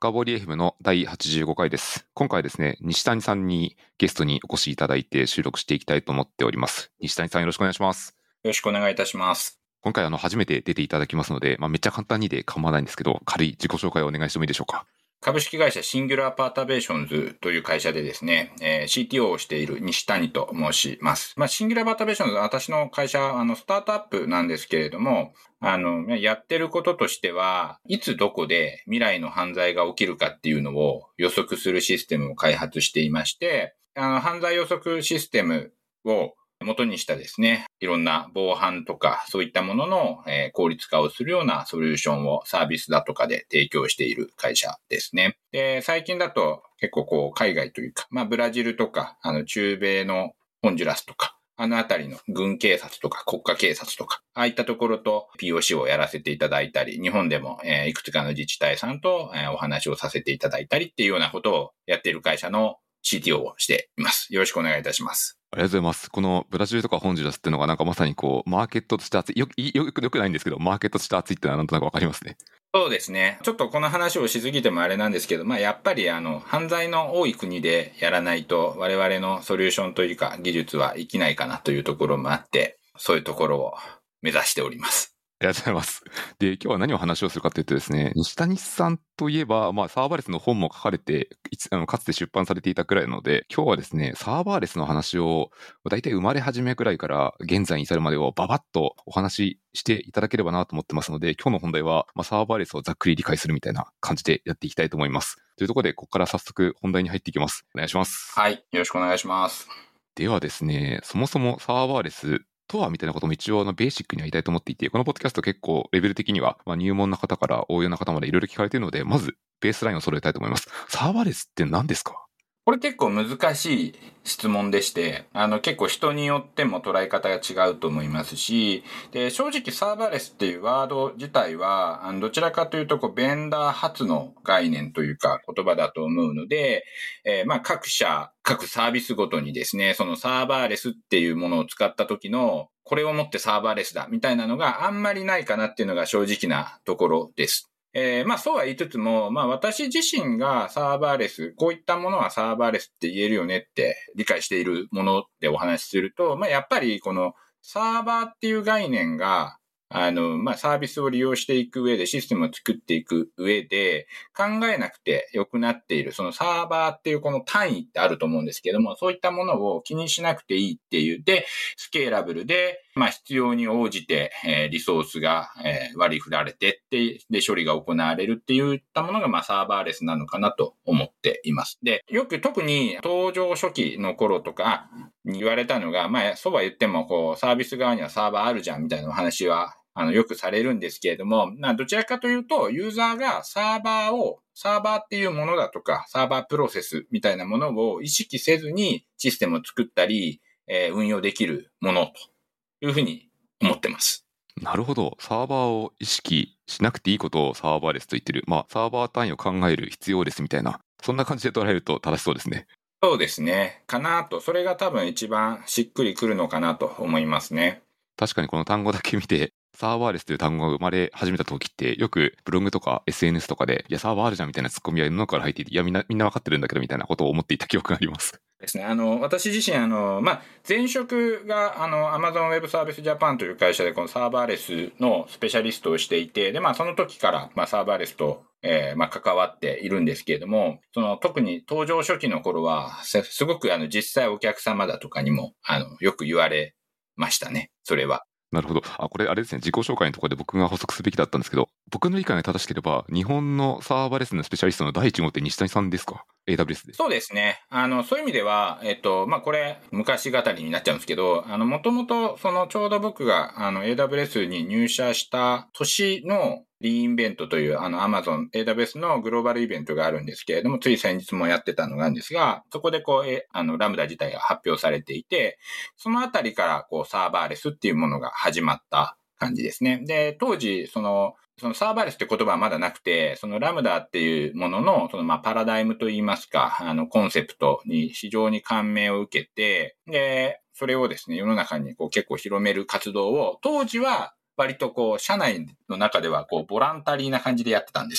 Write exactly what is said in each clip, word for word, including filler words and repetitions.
深掘り エフエム のだいはちじゅうごかいです。今回はですね、西谷さんにゲストにお越しいただいて収録していきたいと思っております。西谷さんよろしくお願いします。 よろしくお願いいたします。 今回あの初めて出ていただきますので、まあ、めっちゃ簡単にで構わないんですけど、軽い自己紹介をお願いしてもいいでしょうか。 株式会社シンギュラーパータベーションズという会社でですね、えー、シーティーオー をしている西谷と申します。まあ、シンギュラーパータベーションズは私の会社、あの、スタートアップなんですけれども、あの、やってることとしては、いつどこで未来の犯罪が起きるかっていうのを予測するシステムを開発していまして、あの、犯罪予測システムを元にしたですね、いろんな防犯とかそういったものの、えー、効率化をするようなソリューションをサービスだとかで提供している会社ですね。で、最近だと結構こう海外というか、まあブラジルとか、あの中米のホンジュラスとか、あのあたりの軍警察とか国家警察とか、ああいったところと ピーオーシー をやらせていただいたり、日本でも、えー、いくつかの自治体さんと、えー、お話をさせていただいたりっていうようなことをやっている会社の シーティーオー をしています。よろしくお願いいたします。 ありがとうございます。このブラジルとかホンジュラスっていうのがなんかまさにこう、マーケットとして熱い。よく、よく、よくないんですけど、マーケットとして熱いってのはなんとなくわかりますね。 そうですね。ちょっとこの話をしすぎてもあれなんですけど、まあやっぱりあの、犯罪の多い国でやらないと我々のソリューションというか技術は生きないかなというところもあって、そういうところを目指しております。 ありがとうございます。で、今日は何を話をするかというとですね、西谷さんといえば、まあ、サーバーレスの本も書かれて、いつあのかつて出版されていたくらいなので、今日はですね、サーバーレスの話を、だいたい生まれ始めくらいから現在に至るまでをババッとお話ししていただければなと思ってますので、今日の本題は、まあ、サーバーレスをざっくり理解するみたいな感じでやっていきたいと思います。というところで、ここから早速本題に入っていきます。お願いします。 はい、よろしくお願いします。 ではですね、そもそもサーバーレスとはみたいなことも一応あのベーシックには言いたいと思っていて、このポッドキャスト結構レベル的には、まあ、入門な方から応用な方までいろいろ聞かれているので、まずベースラインを揃えたいと思います。サーバーレスって何ですか？ これ結構難しい質問でして、あの結構人によっても捉え方が違うと思いますし、で、正直サーバーレスっていうワード自体は、あのどちらかというとこうベンダー発の概念というか言葉だと思うので、えー、まあ各社、各サービスごとにですね、そのサーバーレスっていうものを使った時の、これをもってサーバーレスだみたいなのがあんまりないかなっていうのが正直なところです。えー、まあそうは言いつつも、まあ私自身がサーバーレス、こういったものはサーバーレスって言えるよねって理解しているものでお話しすると、まあやっぱりこのサーバーっていう概念が、あの、まあサービスを利用していく上で、システムを作っていく上で考えなくて良くなっている、そのサーバーっていうこの単位ってあると思うんですけども、そういったものを気にしなくていいっていう、で、スケーラブルで、まあ必要に応じて、えー、リソースが、えー、割り振られてって、で、処理が行われるっていったものが、まあサーバーレスなのかなと思っています。で、よく特に登場初期の頃とかに言われたのが、まあそうは言っても、こう、サービス側にはサーバーあるじゃんみたいなお話は、あの、よくされるんですけれども、まあどちらかというと、ユーザーがサーバーを、サーバーっていうものだとか、サーバープロセスみたいなものを意識せずにシステムを作ったり、えー、運用できるものというふうに思ってます。 なるほど。サーバーを意識しなくていいことをサーバーレスと言ってる。まあ、サーバー単位を考える必要ですみたいな。そんな感じで捉えると正しそうですね。 そうですね。かなと。それが多分一番しっくりくるのかなと思いますね。 確かにこの単語だけ見て、サーバーレスという単語が生まれ始めた時って、よくブログとか エスエヌエス とかで、いや、サーバーあるじゃんみたいなツッコミは世の中から入っていて、いや、みんな、みんな分かってるんだけどみたいなことを思っていた記憶があります。 ですね。あの、私自身、あの、まあ、前職が、あの、Amazon Web Service Japan という会社で、このサーバーレスのスペシャリストをしていて、で、まあ、その時から、まあ、サーバーレスと、えー、まあ、関わっているんですけれども、その、特に登場初期の頃は、すすごく、あの、実際お客様だとかにも、あの、よく言われましたね。それは。 なるほど。あ、これあれですね。自己紹介のところで僕が補足すべきだったんですけど、僕の理解が正しければ、日本のサーバーレスのスペシャリストの第一号って西谷さんですか？ エーダブリューエス で。 そうですね。あの、そういう意味では、えっと、まあ、これ、昔語りになっちゃうんですけど、あの、もともと、その、ちょうど僕が、あの、エーダブリューエス に入社した年のリーインベントという、あの、Amazon、エーダブリューエス のグローバルイベントがあるんですけれども、つい先日もやってたのがあるんですが、そこでこう、え、あの、ラムダ自体が発表されていて、そのあたりから、こう、サーバーレスっていうものが始まった感じですね。で、当時、その、そのサーバーレスって言葉はまだなくて、そのラムダっていうものの、そのまあパラダイムといいますか、あのコンセプトに非常に感銘を受けて、で、それをですね、世の中にこう結構広める活動を、当時は割とこう、社内の中ではこう、ボランタリーな感じでやってたんですよ。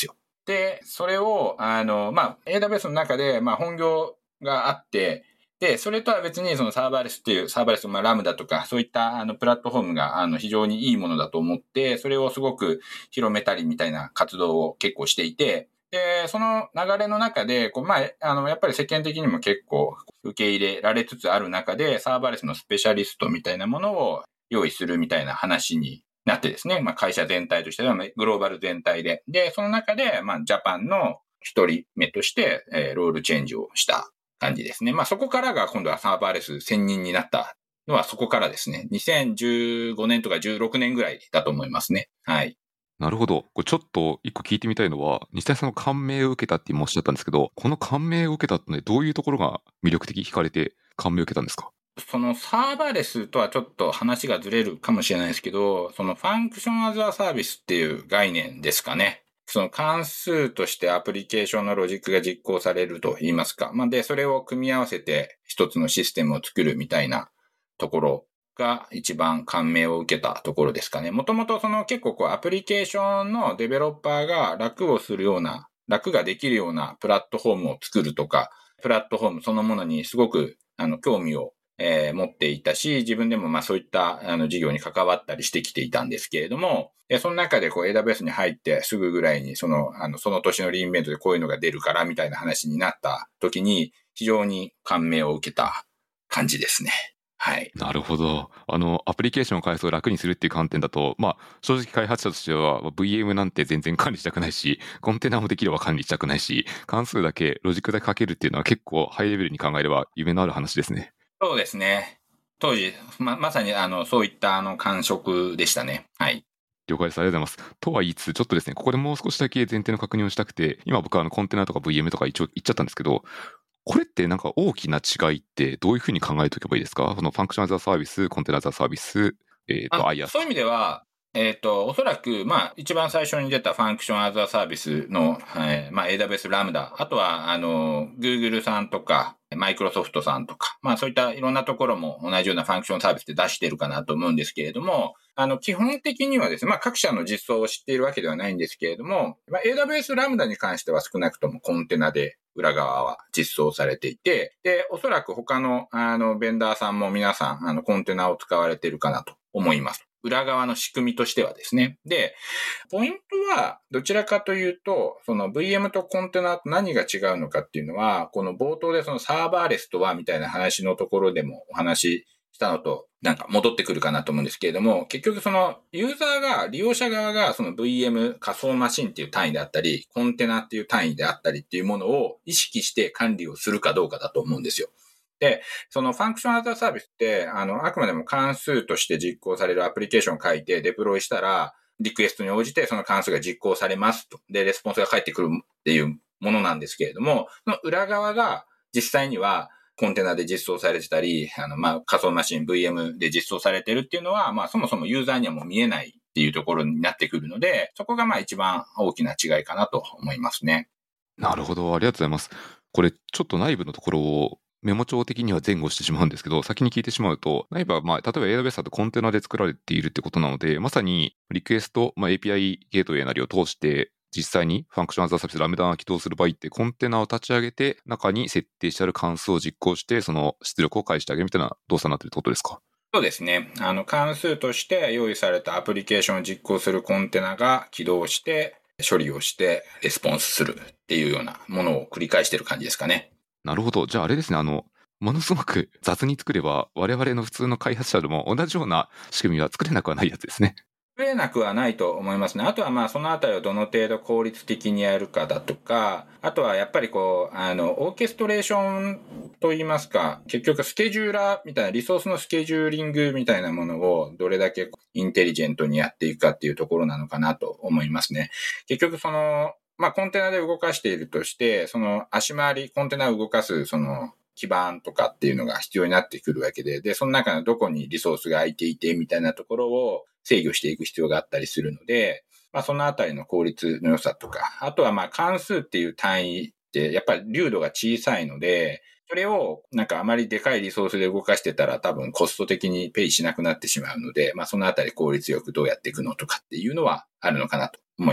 で、それを、あの、まあ、エーダブリューエス の中で、まあ、本業があって、で、それとは別にそのサーバーレスっていう、サーバーレス、まあ、ラムダとか、そういったあのプラットフォームがあの非常にいいものだと思って、それをすごく広めたりみたいな活動を結構していて、で、その流れの中で、こう、まあ、あの、やっぱり世間的にも結構受け入れられつつある中で、サーバーレスのスペシャリストみたいなものを用意するみたいな話になってですね、まあ、会社全体としては、グローバル全体で。で、その中で、まあ、ジャパンの一人目として、えー、ロールチェンジをした感じですね。まあそこからが今度はサーバーレス専任になったのはそこからですね。にせんじゅうごねんとかじゅうろくねんぐらいだと思いますね。はい。 なるほど。これちょっと一個聞いてみたいのは、西谷さんの感銘を受けたって今おっしゃったんですけど、この感銘を受けたってね、どういうところが魅力的、惹かれて感銘を受けたんですか？ そのサーバーレスとはちょっと話がずれるかもしれないですけど、そのファンクションアザーサービスっていう概念ですかね。その関数としてアプリケーションのロジックが実行されると言いますか。まあ、で、それを組み合わせて一つのシステムを作るみたいなところが一番感銘を受けたところですかね。もともとその結構こうアプリケーションのデベロッパーが楽をするような、楽ができるようなプラットフォームを作るとか、プラットフォームそのものにすごくあの興味をえー、持っていたし、自分でもまあそういったあの事業に関わったりしてきていたんですけれども、その中でこう エーダブリューエス に入ってすぐぐらいにその、あの、その年のリーンベントでこういうのが出るからみたいな話になった時に非常に感銘を受けた感じですね。はい。 なるほど。あの、アプリケーションを開発を楽にするっていう観点だと、まあ、正直開発者としては ブイエム なんて全然管理したくないし、コンテナもできれば管理したくないし、関数だけ、ロジックだけ書けるっていうのは結構ハイレベルに考えれば夢のある話ですね。 そうですね。当時、ま、まさにあの、そういったあの感触でしたね。はい。 了解です。ありがとうございます。とは言いつつ、ちょっとですね、ここでもう少しだけ前提の確認をしたくて、今僕はあのコンテナとか ブイエム とか一応言っちゃったんですけど、これってなんか大きな違いってどういうふうに考えておけばいいですか？そのファンクションアザーサービス、コンテナアザーサービス、えっ、と、 あ、 アイアースと。 そういう意味では、えっ、と、おそらく、まあ、一番最初に出たファンクションアザーサービスの、えーまあ、エーダブリューエス ラムダ、あとは、あの、Google さんとか、マイクロソフトさんとか、まあ、そういったいろんなところも同じようなファンクションサービスで出してるかなと思うんですけれども、あの、基本的にはですね、まあ、各社の実装を知っているわけではないんですけれども、まあ、エーダブリューエス ラムダに関しては少なくともコンテナで裏側は実装されていて、で、おそらく他の、あの、ベンダーさんも皆さん、あの、コンテナを使われているかなと思います。裏側の仕組みとしてはですね。で、ポイントはどちらかというと、その ブイエム とコンテナと何が違うのかっていうのは、この冒頭でそのサーバーレスとはみたいな話のところでもお話ししたのと、なんか戻ってくるかなと思うんですけれども、結局そのユーザーが、利用者側がその ブイエム 仮想マシンっていう単位であったり、コンテナっていう単位であったりっていうものを意識して管理をするかどうかだと思うんですよ。で、そのファンクションアザーサービスって、あの、あくまでも関数として実行されるアプリケーションを書いてデプロイしたら、リクエストに応じてその関数が実行されますと。で、レスポンスが返ってくるっていうものなんですけれども、その裏側が実際にはコンテナで実装されてたり、あの、まあ、仮想マシン ブイエム で実装されてるっていうのは、まあ、そもそもユーザーにはもう見えないっていうところになってくるので、そこがまあ一番大きな違いかなと思いますね。 なるほど、ありがとうございます。これ、ちょっと内部のところをメモ帳的には前後してしまうんですけど、先に聞いてしまうと、内部は、まあ、例えば エーダブリューエス だとコンテナで作られているってことなので、まさにリクエスト、まあ、エーピーアイ ゲートウェイなりを通して、実際にファンクションアザーサービスラムダが起動する場合って、コンテナを立ち上げて、中に設定してある関数を実行して、その出力を返してあげるみたいな動作になっているってことですか？ そうですね。あの、関数として用意されたアプリケーションを実行するコンテナが起動して、処理をしてレスポンスするっていうようなものを繰り返している感じですかね。 なるほど。じゃああれですね、あの、ものすごく雑に作れば、我々の普通の開発者でも同じような仕組みは作れなくはないやつですね。 作れなくはないと思いますね。あとはまあそのあたりをどの程度効率的にやるかだとか、あとはやっぱりこう、あの、オーケストレーションといいますか、結局スケジューラーみたいなリソースのスケジューリングみたいなものをどれだけインテリジェントにやっていくかっていうところなのかなと思いますね。結局その、まあコンテナで動かしているとして、その足回り、コンテナを動かすその基盤とかっていうのが必要になってくるわけで、で、その中のどこにリソースが空いていてみたいなところを制御していく必要があったりするので、まあそのあたりの効率の良さとか、あとはまあ関数っていう単位ってやっぱり流度が小さいので、それをなんかあまりでかいリソースで動かしてたら多分コスト的にペイしなくなってしまうので、まあそのあたり効率よくどうやっていくのとかっていうのはあるのかなと思います。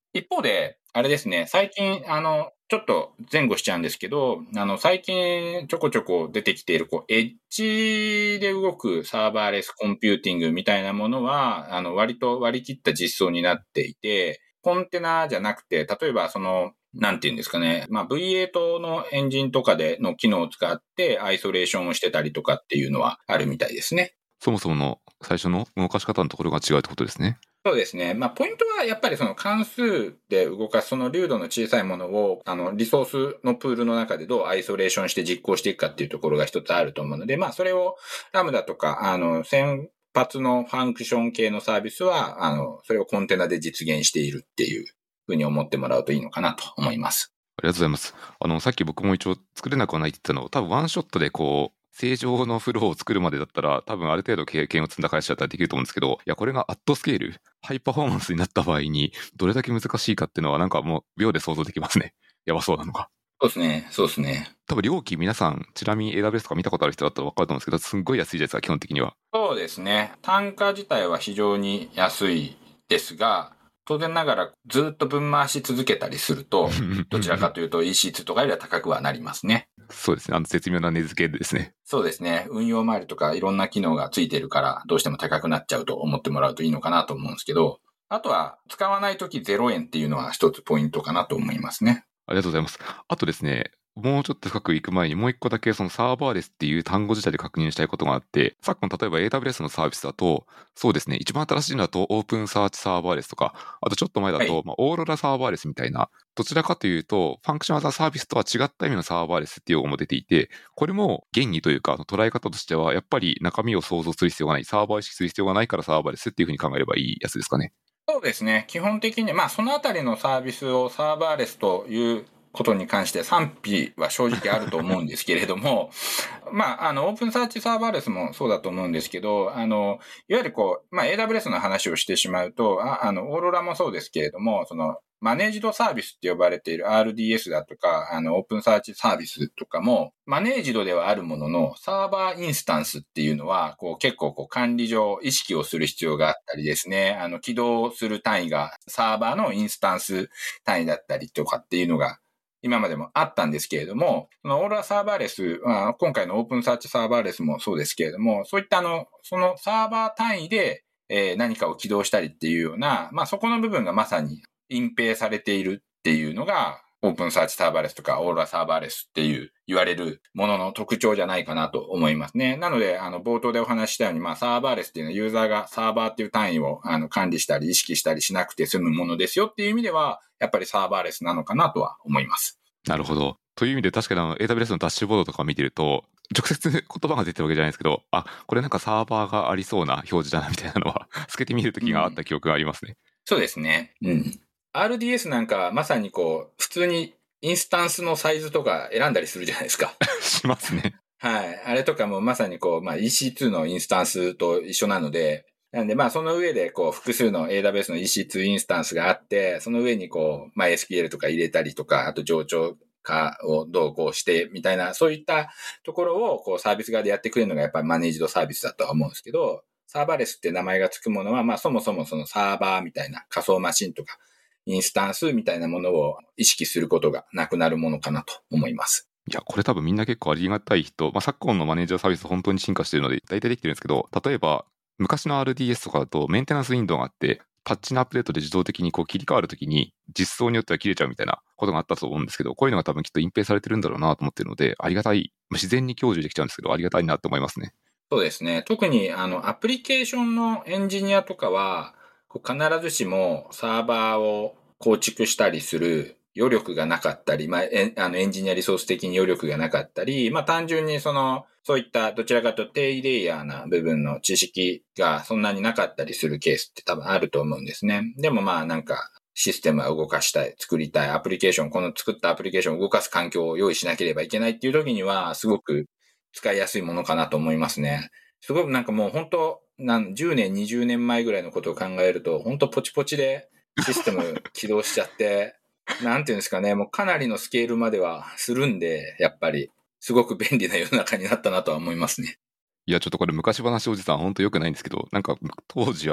一方で、あれですね、最近、あの、ちょっと前後しちゃうんですけど、あの、最近ちょこちょこ出てきている、こう、エッジで動くサーバーレスコンピューティングみたいなものは、あの、割と割り切った実装になっていて、コンテナじゃなくて、例えばその、なんていうんですかね、まあ ブイエイト のエンジンとかでの機能を使ってアイソレーションをしてたりとかっていうのはあるみたいですね。 そもそもの最初の動かし方のところが違うってことですね。 そうですね。まあ、ポイントはやっぱりその関数で動かす、その流度の小さいものを、あの、リソースのプールの中でどうアイソレーションして実行していくかっていうところが一つあると思うので、まあ、それをラムダとか、あの、先発のファンクション系のサービスは、あの、それをコンテナで実現しているっていうふうに思ってもらうといいのかなと思います。 ありがとうございます。あの、さっき僕も一応作れなくはないって言ったのを、多分ワンショットでこう、正常のフローを作るまでだったら、多分ある程度経験を積んだ会社だったらできると思うんですけど、いや、これがアットスケール、ハイパフォーマンスになった場合に、どれだけ難しいかっていうのは、なんかもう秒で想像できますね。やばそうなのが。 そうですね。そうですね。 多分料金皆さん、ちなみに エーダブリューエス とか見たことある人だったら分かると思うんですけど、すんごい安いじゃないですか、基本的には。 そうですね。単価自体は非常に安いですが、当然ながらずっと分回し続けたりすると、どちらかというと イーシーツー とかよりは高くはなりますね。 そうですね。あの絶妙な値付けですね。 そうですね。運用マイルとかいろんな機能がついてるから、どうしても高くなっちゃうと思ってもらうといいのかなと思うんですけど、あとは使わないときゼロえんっていうのは一つポイントかなと思いますね。 ありがとうございます。あとですね、もうちょっと深く行く前にもう一個だけそのサーバーレスっていう単語自体で確認したいことがあって、昨今例えば エーダブリューエス のサービスだと、そうですね、一番新しいのだとオープンサーチサーバーレスとか、あとちょっと前だと、 はい。 まあ、オーロラサーバーレスみたいな、どちらかというと、ファンクションアザーサービスとは違った意味のサーバーレスっていう用語も出ていて、これも原理というか、捉え方としては、やっぱり中身を想像する必要がない、サーバーを意識する必要がないからサーバーレスっていうふうに考えればいいやつですかね。 そうですね。基本的に、まあそのあたりのサービスをサーバーレスということに関して賛否は正直あると思うんですけれども、まあ、あの、オープンサーチサーバーレスもそうだと思うんですけど、あの、いわゆるこう、まあ、エーダブリューエス の話をしてしまうと、ああの、オーロラもそうですけれども、その、マネージドサービスって呼ばれている アールディーエス だとか、あの、オープンサーチサービスとかも、マネージドではあるものの、サーバーインスタンスっていうのは、こう、結構こう、管理上意識をする必要があったりですね、あの、起動する単位がサーバーのインスタンス単位だったりとかっていうのが、今までもあったんですけれども、そのオーロラサーバーレス、今回のオープンサーチサーバーレスもそうですけれども、そういったあの、そのサーバー単位で、えー、何かを起動したりっていうような、まあそこの部分がまさに隠蔽されているっていうのが、オープンサーチサーバーレスとかオーロラサーバーレスっていう言われるものの特徴じゃないかなと思いますね。なので、あの、冒頭でお話ししたように、まあ、サーバーレスっていうのはユーザーがサーバーっていう単位をあの管理したり意識したりしなくて済むものですよっていう意味では、やっぱりサーバーレスなのかなとは思います。 なるほど。という意味で確かにあの エーダブリューエス のダッシュボードとかを見てると、直接言葉が出てるわけじゃないですけど、あ、これなんかサーバーがありそうな表示だなみたいなのは透けて見るときがあった記憶がありますね。 そうですね。うん。アールディーエス なんかまさにこう、普通にインスタンスのサイズとか選んだりするじゃないですか。 しますね。 はい。あれとかもまさにこう、まあ イーシーツー のインスタンスと一緒なので、なんでまあその上でこう複数の エーダブリューエス の イーシーツー インスタンスがあって、その上にこう、まあ エスキューエル とか入れたりとか、あと冗長化をどうこうしてみたいな、そういったところをこうサービス側でやってくれるのがやっぱりマネージドサービスだとは思うんですけど、サーバーレスって名前がつくものは、まあそもそもそのサーバーみたいな仮想マシンとか、インスタンスみたいなものを意識することがなくなるものかなと思います。 いや、これ多分みんな結構ありがたい人、まあ、昨今のマネージャーサービス本当に進化してるので、大体できてるんですけど、例えば、昔の アールディーエス とかだとメンテナンスウィンドウがあって、パッチのアップデートで自動的にこう切り替わるときに、実装によっては切れちゃうみたいなことがあったと思うんですけど、こういうのが多分きっと隠蔽されてるんだろうなと思ってるので、ありがたい、自然に享受できちゃうんですけど、ありがたいなと思いますね。 そうですね。特にあのアプリケーションのエンジニアとかは、こう必ずしもサーバーを構築したりする余力がなかったり、まあ、エンあのエンジニアリソース的に余力がなかったり、まあ単純にその、そういったどちらかというと低レイヤーな部分の知識がそんなになかったりするケースって多分あると思うんですね。でもまあなんか、システムは動かしたい、作りたい、アプリケーション、この作ったアプリケーションを動かす環境を用意しなければいけないっていう時には、すごく使いやすいものかなと思いますね。すごくなんかもう本当、なんじゅうねん、にじゅうねんまえぐらいのことを考えると、本当ポチポチでシステム起動しちゃって、なんていうんですかね、もうかなりのスケールまではするんで、やっぱり、すごく便利な世の中になったなとは思いますね。 いや、ちょっとこれ昔話おじさん本当良くないんですけど、なんか当時は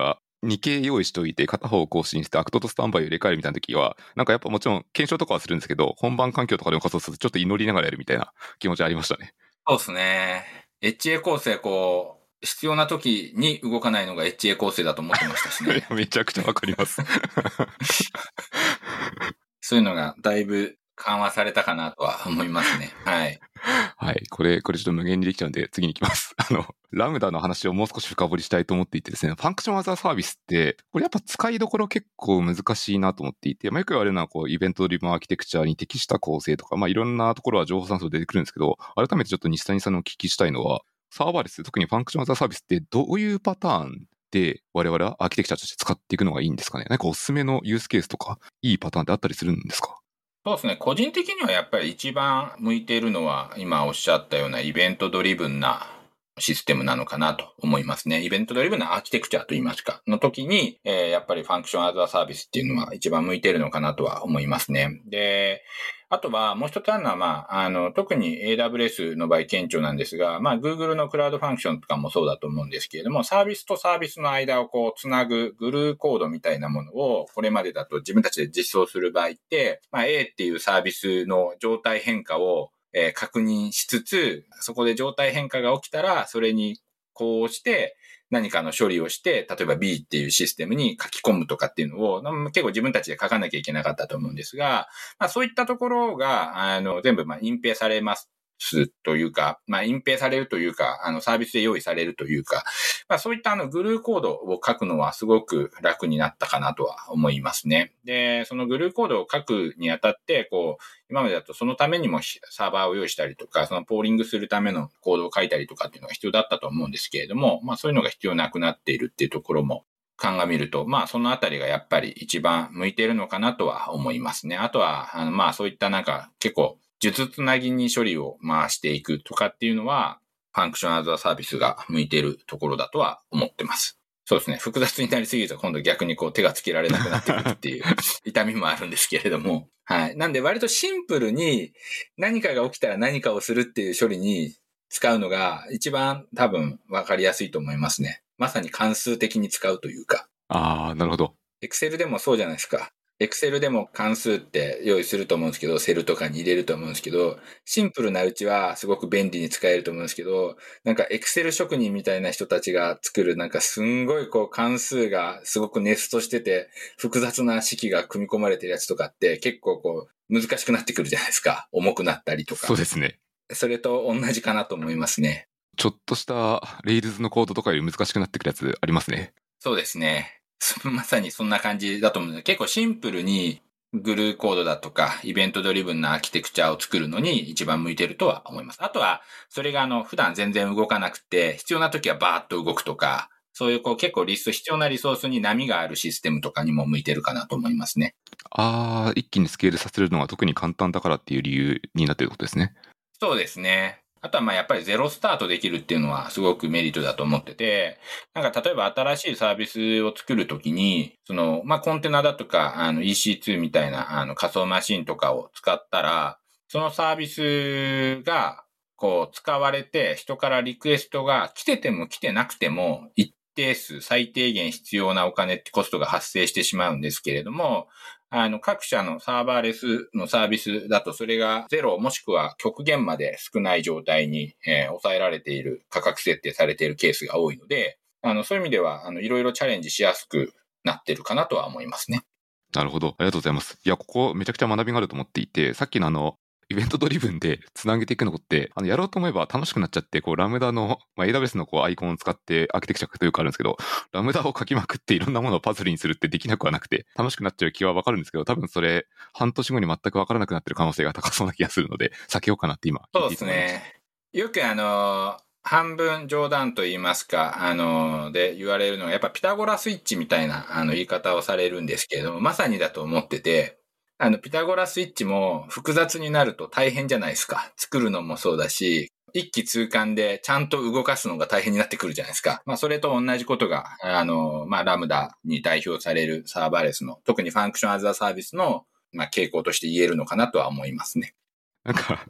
にけい用意しといて、片方を更新してアクトとスタンバイを入れ替えるみたいな時は、なんかやっぱもちろん検証とかはするんですけど、本番環境とかでも仮想するとちょっと祈りながらやるみたいな気持ちありましたね。 そうですね。エイチエー 構成、こう、必要な時に動かないのが エイチエー 構成だと思ってましたしね。 めちゃくちゃわかります。 そういうのがだいぶ緩和されたかなとは思いますね。はい。 はい。これ、これちょっと無限にできちゃうんで、次に行きます。あの、ラムダの話をもう少し深掘りしたいと思っていてですね、ファンクションアザーサービスって、これやっぱ使いどころ結構難しいなと思っていて、まあ、よく言われるのは、こう、イベントドリブンアーキテクチャに適した構成とか、まあ、いろんなところは情報産素出てくるんですけど、改めてちょっと西谷さんにお聞きしたいのは、サーバーレス、特にファンクションアザーサービスってどういうパターンで我々はアーキテクチャとして使っていくのがいいんですかね。何かおすすめのユースケースとか、いいパターンってあったりするんですか？ そうですね。個人的にはやっぱり一番向いているのは、今おっしゃったようなイベントドリブンなシステムなのかなと思いますね。イベントドリブンなアーキテクチャと言いますか、の時に、えー、やっぱりファンクションアザーサービスっていうのは一番向いているのかなとは思いますね。で、あとはもう一つあるのは、まあ、あの、特に エーダブリューエス の場合顕著なんですが、まあ、Google のクラウドファンクションとかもそうだと思うんですけれども、サービスとサービスの間をこう、つなぐグルーコードみたいなものを、これまでだと自分たちで実装する場合って、まあ、A っていうサービスの状態変化をえー、確認しつつ、そこで状態変化が起きたら、それにこうして何かの処理をして、例えば B っていうシステムに書き込むとかっていうのを、結構自分たちで書かなきゃいけなかったと思うんですが、まあそういったところが、あの、全部まあ隠蔽されます。というか、まあ、隠蔽されるというか、あの、サービスで用意されるというか、まあ、そういったあの、グルーコードを書くのはすごく楽になったかなとは思いますね。で、そのグルーコードを書くにあたって、こう、今までだとそのためにもサーバーを用意したりとか、そのポーリングするためのコードを書いたりとかっていうのが必要だったと思うんですけれども、まあ、そういうのが必要なくなっているっていうところも鑑みると、まあ、そのあたりがやっぱり一番向いているのかなとは思いますね。あとは、あの、まあ、そういったなんか結構、術つなぎに処理を回していくとかっていうのは、ファンクションアザーサービスが向いているところだとは思ってます。そうですね。複雑になりすぎると今度逆にこう手がつけられなくなってくるっていう痛みもあるんですけれども。はい。なんで割とシンプルに何かが起きたら何かをするっていう処理に使うのが一番多分分かりやすいと思いますね。まさに関数的に使うというか。 ああ、なるほど。 Excel でもそうじゃないですか。Excel でも関数って用意すると思うんですけど、セルとかに入れると思うんですけど、シンプルなうちはすごく便利に使えると思うんですけど、なんか Excel 職人みたいな人たちが作るなんかすんごいこう関数がすごくネストしてて、複雑な式が組み込まれてるやつとかって結構こう難しくなってくるじゃないですか。重くなったりとか。 そうですね。 それと同じかなと思いますね。 ちょっとした Rails のコードとかより難しくなってくるやつありますね。 そうですね。まさにそんな感じだと思うんです。結構シンプルにグルーコードだとか、イベントドリブンなアーキテクチャを作るのに一番向いてるとは思います。あとは、それがあの、普段全然動かなくて、必要な時はバーッと動くとか、そういうこう結構リスト、必要なリソースに波があるシステムとかにも向いてるかなと思いますね。 ああ、一気にスケールさせるのが特に簡単だからっていう理由になってることですね。 そうですね。あとはまあやっぱりゼロスタートできるっていうのはすごくメリットだと思ってて、なんか例えば新しいサービスを作るときに、その、まあコンテナだとか、あの イーシーツー みたいなあの仮想マシンとかを使ったら、そのサービスがこう使われて人からリクエストが来てても来てなくても一定数最低限必要なお金ってコストが発生してしまうんですけれども、あの、各社のサーバーレスのサービスだと、それがゼロもしくは極限まで少ない状態に、えー、抑えられている、価格設定されているケースが多いので、あの、そういう意味では、あの、いろいろチャレンジしやすくなってるかなとは思いますね。 なるほど。ありがとうございます。いや、ここめちゃくちゃ学びがあると思っていて、さっきのあの、イベントドリブンでつなげていくのって、あの、やろうと思えば楽しくなっちゃって、こう、ラムダの、まあ、エーダブリューエス のこう、アイコンを使ってアーキテクチャというかあるんですけど、ラムダを書きまくっていろんなものをパズルにするってできなくはなくて、楽しくなっちゃう気はわかるんですけど、多分それ、半年後に全くわからなくなってる可能性が高そうな気がするので、避けようかなって今、 そうですね。よくあの、半分冗談と言いますか、あの、で言われるのは、やっぱピタゴラスイッチみたいな、あの、言い方をされるんですけれども、まさにだと思ってて、あの、ピタゴラスイッチも複雑になると大変じゃないですか。作るのもそうだし、一気通貫でちゃんと動かすのが大変になってくるじゃないですか。まあ、それと同じことが、あの、まあ、ラムダに代表されるサーバーレスの、特にファンクションアザーサービスの、まあ、傾向として言えるのかなとは思いますね。 なんか、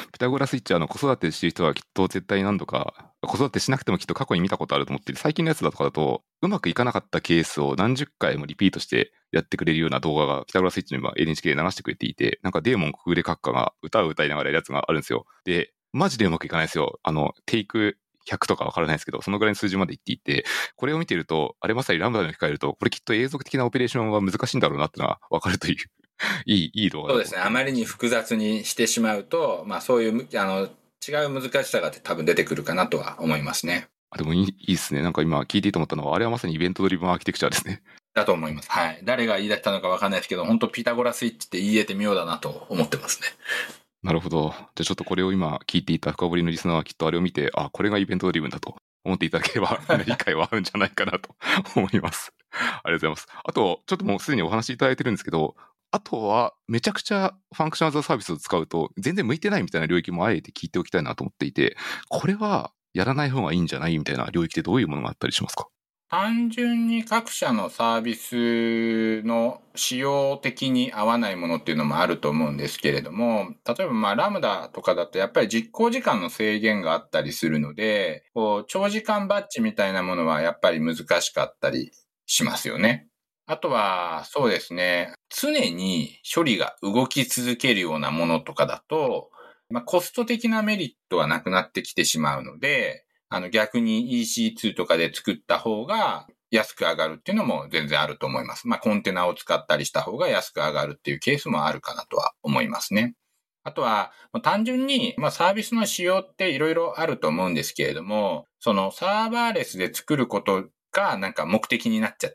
ピタゴラスイッチ、あの、子育てしてる人はきっと絶対何度か、子育てしなくてもきっと過去に見たことあると思ってて、最近のやつだとかだと、うまくいかなかったケースを何十回もリピートしてやってくれるような動画が、ピタゴラスイッチの今 エヌエイチケー で流してくれていて、なんかデーモン国暮閣下が歌を歌いながらやるやつがあるんですよ。で、マジでうまくいかないですよ。あの、テイクひゃくとかわからないですけど、そのぐらいの数字までいっていて、これを見てると、あれまさにラムダに置き換えると、これきっと永続的なオペレーションは難しいんだろうなってのがわかるという、いい、いい動画だと思って。 そうですね。あまりに複雑にしてしまうと、まあそういう、あの、違う難しさが多分出てくるかなとは思いますね。 あ、でもいい、いいですね。なんか今聞いていいと思ったのは、あれはまさにイベントドリブンアーキテクチャですね。 だと思います。はい。誰が言い出したのかわかんないですけど、本当ピタゴラスイッチって言えて妙だなと思ってますね。 なるほど。じゃあちょっとこれを今聞いていた深掘りのリスナーはきっとあれを見て、あ、これがイベントドリブンだと思っていただければ、理解はあるんじゃないかなと思います。ありがとうございます。あと、ちょっともうすでにお話しいただいてるんですけど、あとはめちゃくちゃファンクションアザーサービスを使うと全然向いてないみたいな領域もあえて聞いておきたいなと思っていて、これはやらない方がいいんじゃないみたいな領域ってどういうものがあったりしますか？ 単純に各社のサービスの仕様的に合わないものっていうのもあると思うんですけれども、例えばまあラムダとかだとやっぱり実行時間の制限があったりするので、こう長時間バッジみたいなものはやっぱり難しかったりしますよね。あとはそうですね、常に処理が動き続けるようなものとかだと、まあコスト的なメリットはなくなってきてしまうので、あの逆に イーシーツー とかで作った方が安く上がるっていうのも全然あると思います。まあコンテナを使ったりした方が安く上がるっていうケースもあるかなとは思いますね。あとは単純にまあサービスの仕様っていろいろあると思うんですけれども、そのサーバーレスで作ることがなんか目的になっちゃって、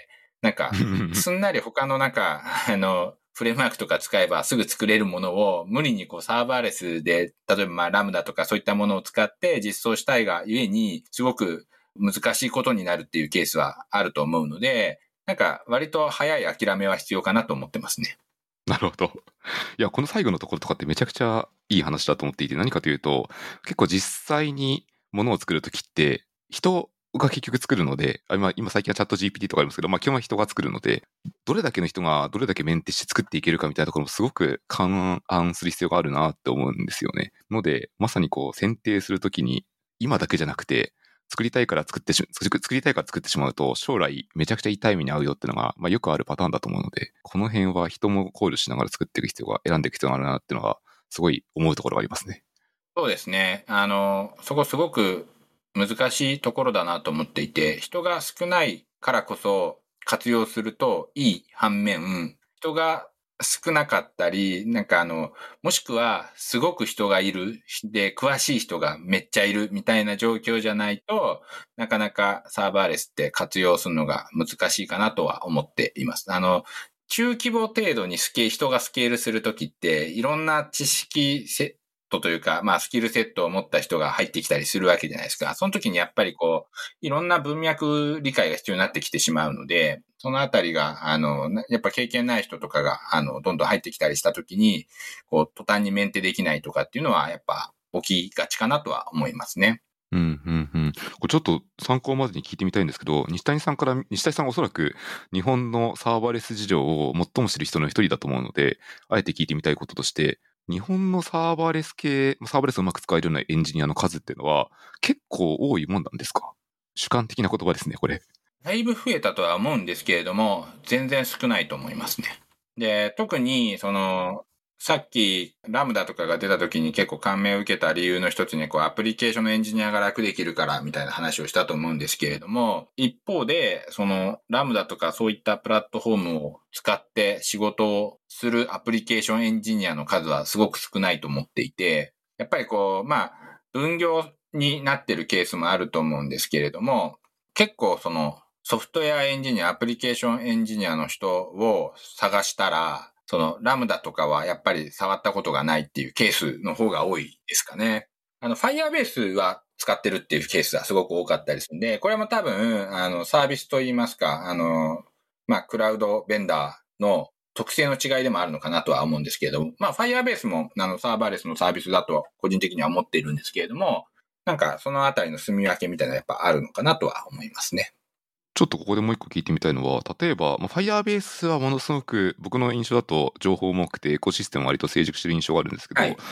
なんかすんなり他のなんかあのフレームワークとか使えばすぐ作れるものを無理にこうサーバーレスで、例えばまあラムダとかそういったものを使って実装したいがゆえにすごく難しいことになるっていうケースはあると思うので、なんか割と早い諦めは必要かなと思ってますね。 なるほど。いや、この最後のところとかってめちゃくちゃいい話だと思っていて、何かというと、結構実際にものを作るときって、人が結局作るので、あ今、今最近はチャット ジーピーティー とかありますけど、まあ基本は人が作るので、どれだけの人がどれだけメンテして作っていけるかみたいなところもすごく勘案する必要があるなって思うんですよね。ので、まさにこう選定するときに、今だけじゃなくて、作りたいから作ってし、作作りたいから作ってしまうと、将来めちゃくちゃ痛い目に遭うよっていうのが、まあよくあるパターンだと思うので、この辺は人も考慮しながら作っていく必要が、選んでいく必要があるなっていうのが、すごい思うところがありますね。 そうですね。あの、そこすごく難しいところだなと思っていて、人が少ないからこそ活用するといい反面、人が少なかったり、なんかあの、もしくはすごく人がいる、で、詳しい人がめっちゃいるみたいな状況じゃないと、なかなかサーバーレスって活用するのが難しいかなとは思っています。あの、中規模程度にスケ人がスケールするときって、いろんな知識セットというか、まあスキルセットを持った人が入ってきたりするわけじゃないですか。その時にやっぱりこう、いろんな文脈理解が必要になってきてしまうので、そのあたりが、あの、やっぱ経験ない人とかが、あの、どんどん入ってきたりした時に、こう、途端にメンテできないとかっていうのは、やっぱ起きがちかなとは思いますね。 うん、うん、うん。これちょっと参考までに聞いてみたいんですけど、西谷さんから、西谷さんはおそらく日本のサーバーレス事情を最も知る人の一人だと思うので、あえて聞いてみたいこととして、日本のサーバーレス系、サーバーレスをうまく使えるようなエンジニアの数っていうのは結構多いもんなんですか？主観的な言葉ですね、これ。 だいぶ増えたとは思うんですけれども、全然少ないと思いますね。で、特に、その、さっき、ラムダとかが出た時に結構感銘を受けた理由の一つに、こう、アプリケーションのエンジニアが楽できるから、みたいな話をしたと思うんですけれども、一方で、その、ラムダとかそういったプラットフォームを使って仕事をするアプリケーションエンジニアの数はすごく少ないと思っていて、やっぱりこう、まあ、分業になってるケースもあると思うんですけれども、結構その、ソフトウェアエンジニア、アプリケーションエンジニアの人を探したら、そのラムダとかはやっぱり触ったことがないっていうケースの方が多いですかね。あの、Firebase は使ってるっていうケースがすごく多かったりするんで、これも多分、あの、サービスといいますか、あの、まあ、クラウドベンダーの特性の違いでもあるのかなとは思うんですけれども、まあ、Firebase もあのサーバーレスのサービスだと個人的には思っているんですけれども、なんかそのあたりの住み分けみたいなのがやっぱあるのかなとは思いますね。 ちょっとここでもう一個聞いてみたいのは、例えば、まあ、Firebase はものすごく僕の印象だと情報も多くてエコシステム割と成熟してる印象があるんですけど、 はい。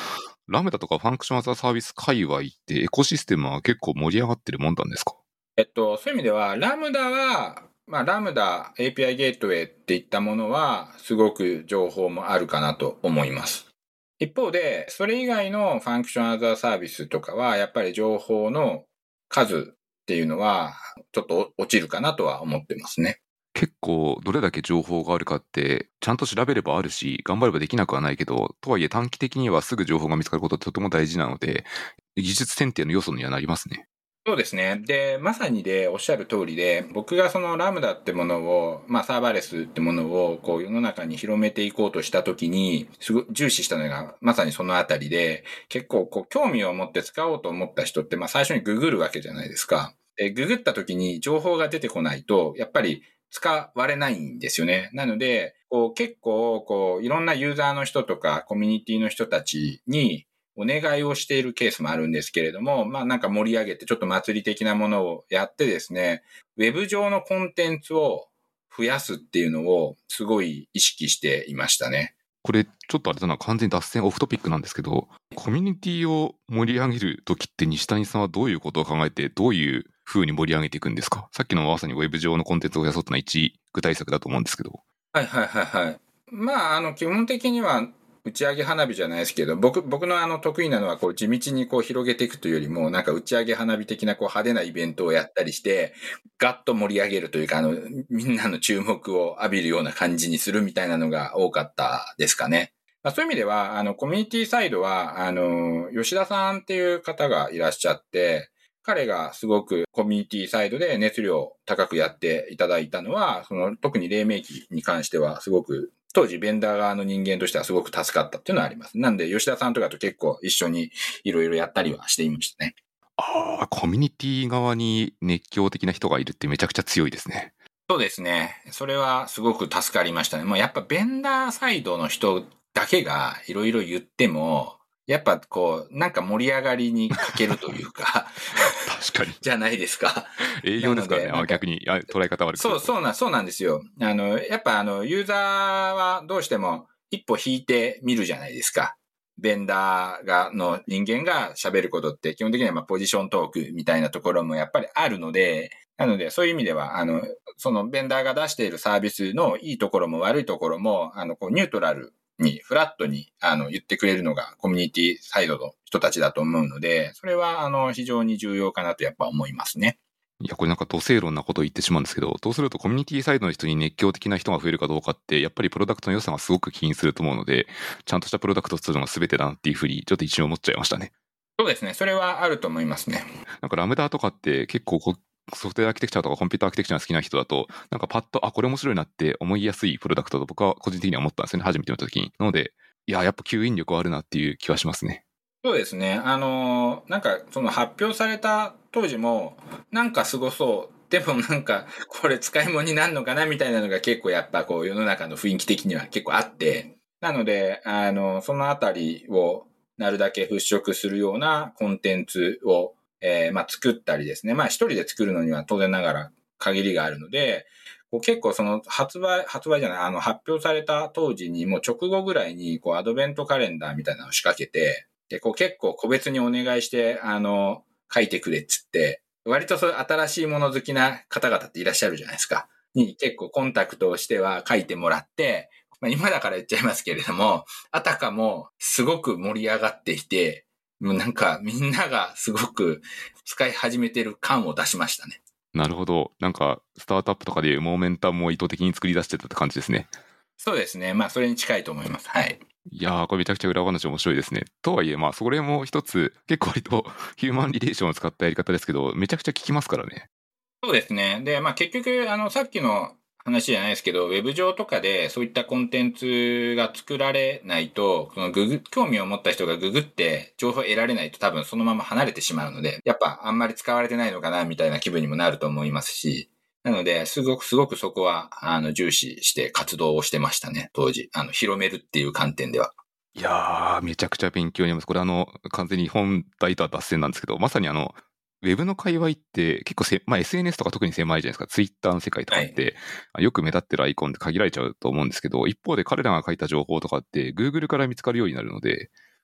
ラムダとかファンクションアザーサービス界隈ってエコシステムは結構盛り上がってるもんなんですか？ えっと、そういう意味では、ラムダは、まあ、ラムダ エーピーアイ ゲートウェイっていったものは、すごく情報もあるかなと思います。一方で、それ以外のファンクションアザーサービスとかは、やっぱり情報の数っていうのは、ちょっと落ちるかなとは思ってますね。 結構どれだけ情報があるかってちゃんと調べればあるし、頑張ればできなくはないけど、とはいえ短期的にはすぐ情報が見つかることってとても大事なので、技術選定の要素にはなりますね。 そうですね。で、まさにでおっしゃる通りで、僕がそのラムダってものを、まあサーバーレスってものをこう世の中に広めていこうとしたときに、すごい重視したのがまさにそのあたりで、結構こう興味を持って使おうと思った人って、まあ最初にググるわけじゃないですか。で、ググったときに情報が出てこないと、やっぱり使われないんですよね。なので、こう結構こういろんなユーザーの人とかコミュニティの人たちに、お願いをしているケースもあるんですけれども、まあなんか盛り上げてちょっと祭り的なものをやってですね、ウェブ上のコンテンツを増やすっていうのをすごい意識していましたね。 これちょっとあれだな、完全に脱線オフトピックなんですけど、コミュニティを盛り上げるときって西谷さんはどういうことを考えて、どういう風に盛り上げていくんですか？さっきのまさにウェブ上のコンテンツを増やそうというのは一具体策だと思うんですけど。 はいはいはいはい。まああの基本的には打ち上げ花火じゃないですけど、僕、僕のあの得意なのはこう地道にこう広げていくというよりも、なんか打ち上げ花火的なこう派手なイベントをやったりして、ガッと盛り上げるというか、あの、みんなの注目を浴びるような感じにするみたいなのが多かったですかね。まあ、そういう意味では、あの、コミュニティサイドは、あの、吉田さんっていう方がいらっしゃって、彼がすごくコミュニティサイドで熱量高くやっていただいたのは、その特に黎明期に関してはすごく当時ベンダー側の人間としてはすごく助かったっていうのはあります。なんで吉田さんとかと結構一緒にいろいろやったりはしていましたね。 ああ、コミュニティ側に熱狂的な人がいるってめちゃくちゃ強いですね。 そうですね。それはすごく助かりましたね。もうやっぱベンダーサイドの人だけがいろいろ言っても、やっぱこう、なんか盛り上がりに欠けるというか、 確かに。 じゃないですか。 営業ですからね、 なのであ逆にあ捉え方悪くすそう、 ると。 そうな、そうなんですよ。あの、やっぱあの、ユーザーはどうしても一歩引いてみるじゃないですか。ベンダーが、の人間が喋ることって基本的にはまあポジショントークみたいなところもやっぱりあるので、なのでそういう意味では、あの、そのベンダーが出しているサービスのいいところも悪いところも、あの、こうニュートラルに、フラットに、あの、言ってくれるのがコミュニティサイドの人たちだと思うので、それは、あの、非常に重要かなとやっぱ思いますね。 いや、これなんか土星論なことを言ってしまうんですけど、そうするとコミュニティサイドの人に熱狂的な人が増えるかどうかって、やっぱりプロダクトの良さがすごく起因すると思うので、ちゃんとしたプロダクトを作るのが全てだなっていうふうに、ちょっと一瞬思っちゃいましたね。 そうですね。それはあると思いますね。 なんかラムダとかって結構こソフトウェアアーキテクチャとかコンピューターアーキテクチャが好きな人だと、なんかパッと、あ、これ面白いなって思いやすいプロダクトと僕は個人的には思ったんですよね、初めて見た時に。なので、いや、やっぱ吸引力はあるなっていう気はしますね。 そうですね。あの、なんか、その発表された当時も、なんかすごそう。でもなんか、これ使い物になるのかなみたいなのが結構やっぱこう世の中の雰囲気的には結構あって、なので、あの、そのあたりをなるだけ払拭するようなコンテンツを、えー、まあ作ったりですね。まあ一人で作るのには当然ながら限りがあるので、こう結構その発売、発売じゃない、あの発表された当時にもう直後ぐらいにこうアドベントカレンダーみたいなのを仕掛けて、で、こう結構個別にお願いして、あの、書いてくれっつって、割とそういう新しいもの好きな方々っていらっしゃるじゃないですか。に結構コンタクトをしては書いてもらって、まあ、今だから言っちゃいますけれども、あたかもすごく盛り上がっていて、もうなんかみんながすごく使い始めてる感を出しましたね。 なるほど。なんか、スタートアップとかでいうモーメンタムを意図的に作り出してたって感じですね。 そうですね。まあそれに近いと思います。はい。 いやー、これめちゃくちゃ裏話面白いですね。とはいえ、まあ、それも一つ、結構割とヒューマンリレーションを使ったやり方ですけど、めちゃくちゃ効きますからね。 そうですね。で、まあ結局、あの、さっきの話じゃないですけど、ウェブ上とかでそういったコンテンツが作られないと、そのググ、興味を持った人がググって情報を得られないと多分そのまま離れてしまうので、やっぱあんまり使われてないのかなみたいな気分にもなると思いますし、なので、すごく、すごくそこは、あの、重視して活動をしてましたね、当時。あの、広めるっていう観点では。 いやー、めちゃくちゃ勉強になります。これあの、完全に本題とは脱線なんですけど、まさにあの、ウェブの界隈って結構せ、まあ、エスエヌエス とか特に狭いじゃないですか。ツイッターの世界とかって、はい、よく目立ってるアイコンって限られちゃうと思うんですけど、一方で彼らが書いた情報とかって Google から見つかるようになるので、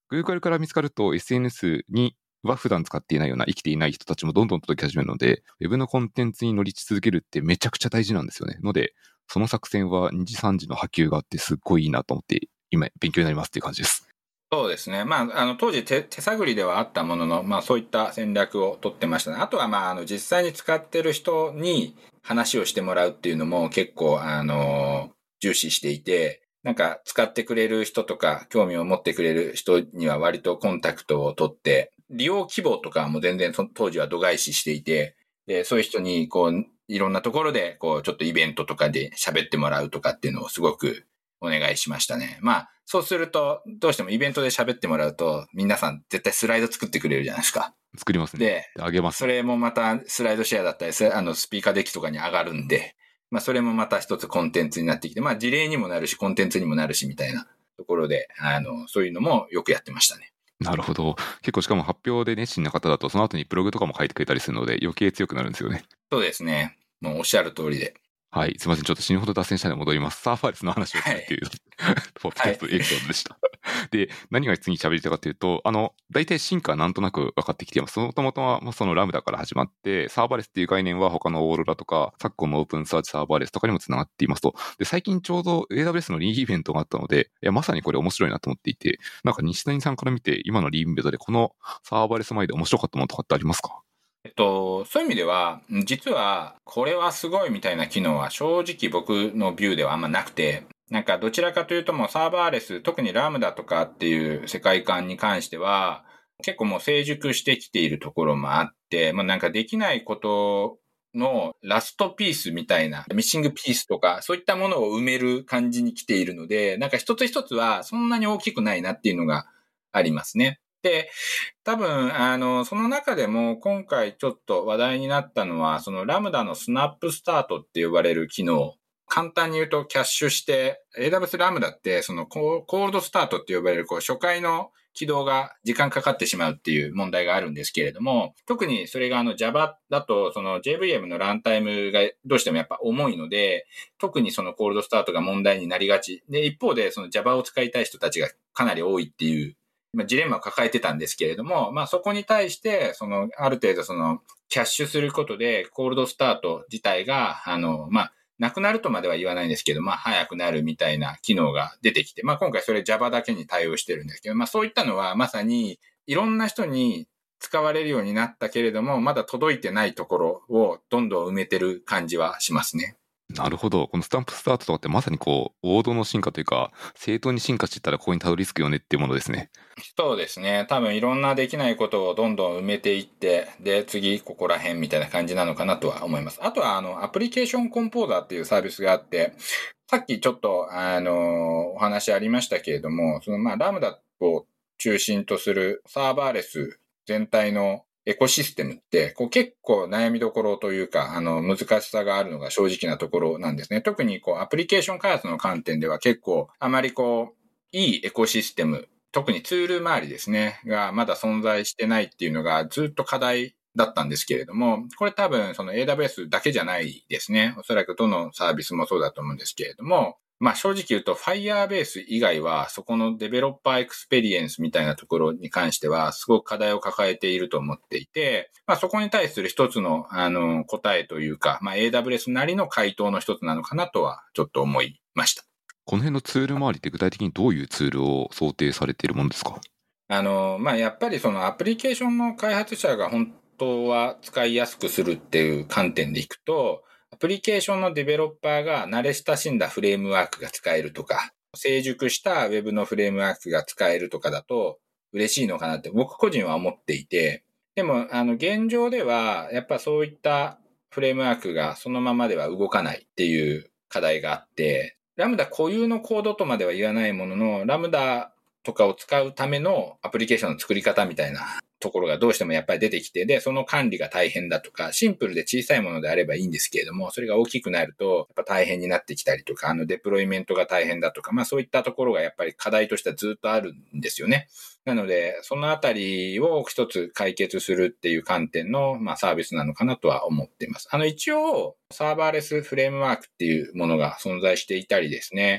Google から見つかると エスエヌエス には普段使っていないような生きていない人たちもどんどん届き始めるので、Web のコンテンツに乗り続けるってめちゃくちゃ大事なんですよね。ので、その作戦はに次さん次の波及があってすっごいいいなと思って、今勉強になりますっていう感じです。 そうですね。まあ、あの、当時手、手探りではあったものの、まあ、そういった戦略を取ってましたね。あとは、まあ、あの、実際に使ってる人に話をしてもらうっていうのも結構、あの、重視していて、なんか、使ってくれる人とか、興味を持ってくれる人には割とコンタクトを取って、利用規模とかも全然その当時は度外視していて、で、そういう人に、こう、いろんなところで、こう、ちょっとイベントとかで喋ってもらうとかっていうのをすごくお願いしましたね。まあ、そうすると、どうしてもイベントで喋ってもらうと、皆さん絶対スライド作ってくれるじゃないですか。 作りますね。 で、 あげます。 それもまたスライドシェアだったり、あの、スピーカーデッキとかに上がるんで、まあ、それもまた一つコンテンツになってきて、まあ、事例にもなるし、コンテンツにもなるし、みたいなところで、あの、そういうのもよくやってましたね。 なるほど。結構しかも発表で熱心な方だと、その後にブログとかも書いてくれたりするので、余計強くなるんですよね。 そうですね。もうおっしゃる通りで。 はい。すみません。ちょっと死ぬほど脱線したので戻ります。サーファーレスの話をするっていう、はい、ポッドキャストエピソードでした。はい、で、何が次に喋りたいかというと、あの、大体進化はなんとなく分かってきています。もともとはそのラムダから始まって、サーバーレスっていう概念は他のオーロラとか、昨今のオープンサーチサーバーレスとかにもつながっていますと。で、最近ちょうど エーダブリューエス のリーイベントがあったので、いや、まさにこれ面白いなと思っていて、なんか西谷さんから見て、今のリーイベントでこのサーバーレス前で面白かったものとかってありますか？ えっと、そういう意味では、実は、これはすごいみたいな機能は正直僕のビューではあんまなくて、なんかどちらかというともうサーバーレス、特にラムダとかっていう世界観に関しては、結構もう成熟してきているところもあって、まあなんかできないことのラストピースみたいな、ミッシングピースとか、そういったものを埋める感じに来ているので、なんか一つ一つはそんなに大きくないなっていうのがありますね。で、多分、あの、その中でも今回ちょっと話題になったのは、そのラムダのスナップスタートって呼ばれる機能。簡単に言うとキャッシュして、エーダブリューエス ラムダってそのコールドスタートって呼ばれるこう初回の起動が時間かかってしまうっていう問題があるんですけれども、特にそれがあの Java だとその ジェイブイエム のランタイムがどうしてもやっぱ重いので、特にそのコールドスタートが問題になりがち。で、一方でその Java を使いたい人たちがかなり多いっていうジレンマを抱えてたんですけれども、まあそこに対して、その、ある程度その、キャッシュすることで、コールドスタート自体が、あの、まあ、なくなるとまでは言わないんですけど、まあ、早くなるみたいな機能が出てきて、まあ、今回それ Java だけに対応してるんですけど、まあ、そういったのはまさに、いろんな人に使われるようになったけれども、まだ届いてないところをどんどん埋めてる感じはしますね。 なるほど。このスタンプスタートとかってまさにこう、王道の進化というか、正当に進化していったらここにたどり着くよねっていうものですね。 そうですね。多分いろんなできないことをどんどん埋めていって、で、次ここら辺みたいな感じなのかなとは思います。あとは、あの、アプリケーションコンポーザーっていうサービスがあって、さっきちょっと、あの、お話ありましたけれども、その、まあ、ラムダを中心とするサーバーレス全体のエコシステムって、こう結構悩みどころというか、あの、難しさがあるのが正直なところなんですね。特にこう、アプリケーション開発の観点では結構、あまりこう、いいエコシステム、特にツール周りですね、がまだ存在してないっていうのがずっと課題だったんですけれども、これ多分その エーダブリューエス だけじゃないですね。おそらくどのサービスもそうだと思うんですけれども、まあ正直言うと Firebase 以外はそこのデベロッパーエクスペリエンスみたいなところに関してはすごく課題を抱えていると思っていて、まあそこに対する一つのあの答えというか、まあ エーダブリューエス なりの回答の一つなのかなとはちょっと思いました。 この辺のツール周りって具体的にどういうツールを想定されているものですか？ あの、まあ、やっぱりそのアプリケーションの開発者が本当は使いやすくするっていう観点でいくと、アプリケーションのデベロッパーが慣れ親しんだフレームワークが使えるとか、成熟したウェブのフレームワークが使えるとかだと嬉しいのかなって僕個人は思っていて、でも、あの、現状では、やっぱそういったフレームワークがそのままでは動かないっていう課題があって、ラムダ固有のコードとまでは言わないものの、ラムダとかを使うためのアプリケーションの作り方みたいなところがどうしてもやっぱり出てきて、で、その管理が大変だとか、シンプルで小さいものであればいいんですけれども、それが大きくなると、やっぱ大変になってきたりとか、あの、デプロイメントが大変だとか、まあそういったところがやっぱり課題としてはずっとあるんですよね。なので、そのあたりを一つ解決するっていう観点の、まあ、サービスなのかなとは思っています。あの、一応、サーバーレスフレームワークっていうものが存在していたりですね。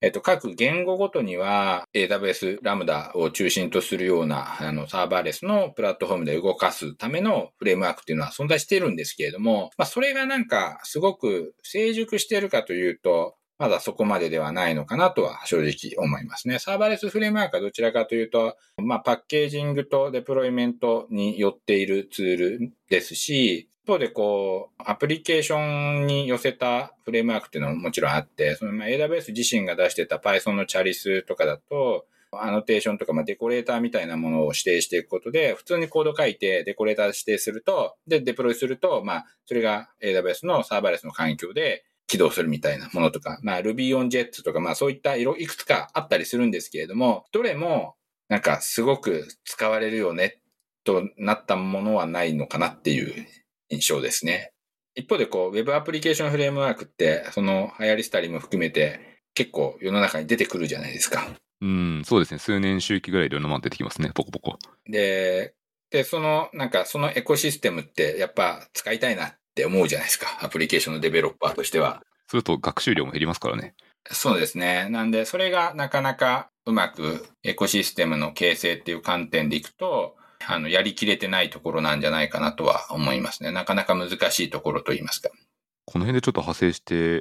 えっと、各言語ごとには エーダブリューエス ラムダを中心とするような、あの、サーバーレスのプラットフォームで動かすためのフレームワークっていうのは存在しているんですけれども、まあ、それがなんか、すごく成熟しているかというと、まだそこまでではないのかなとは正直思いますね。サーバーレスフレームワークはどちらかというと、まあ、パッケージングとデプロイメントによっているツールですし、一方でこう、アプリケーションに寄せたフレームワークっていうのももちろんあって、そのまあ エーダブリューエス 自身が出してた Python のチャリスとかだと、アノテーションとか、まあ、デコレーターみたいなものを指定していくことで、普通にコード書いて、デコレーター指定すると、で、デプロイすると、まあ、それが エーダブリューエス のサーバーレスの環境で起動するみたいなものとか、まあ、Ruby on Jets とか、まあ、そういったいろいくつかあったりするんですけれども、どれも、なんか、すごく使われるよね、となったものはないのかなっていう印象ですね。一方でこう、ウェブアプリケーションフレームワークって、その流行りしたりも含めて、結構世の中に出てくるじゃないですか。 うん、そうですね。数年周期ぐらいでいろんなもの出てきますね。ポコポコ。 で、で、その、なんか、そのエコシステムって、やっぱ使いたいなって思うじゃないですか。アプリケーションのデベロッパーとしては。 すると学習量も減りますからね。 そうですね。なんで、それがなかなかうまくエコシステムの形成っていう観点でいくと、あの、やりきれてないところなんじゃないかなとは思いますね。なかなか難しいところと言いますか。 この辺でちょっと派生して、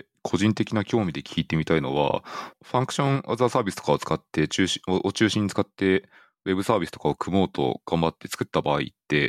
個人的な興味で聞いてみたいのは、ファンクションアザーサービスとかを使って中心、を中心に使って、ウェブサービスとかを組もうと頑張って作った場合って、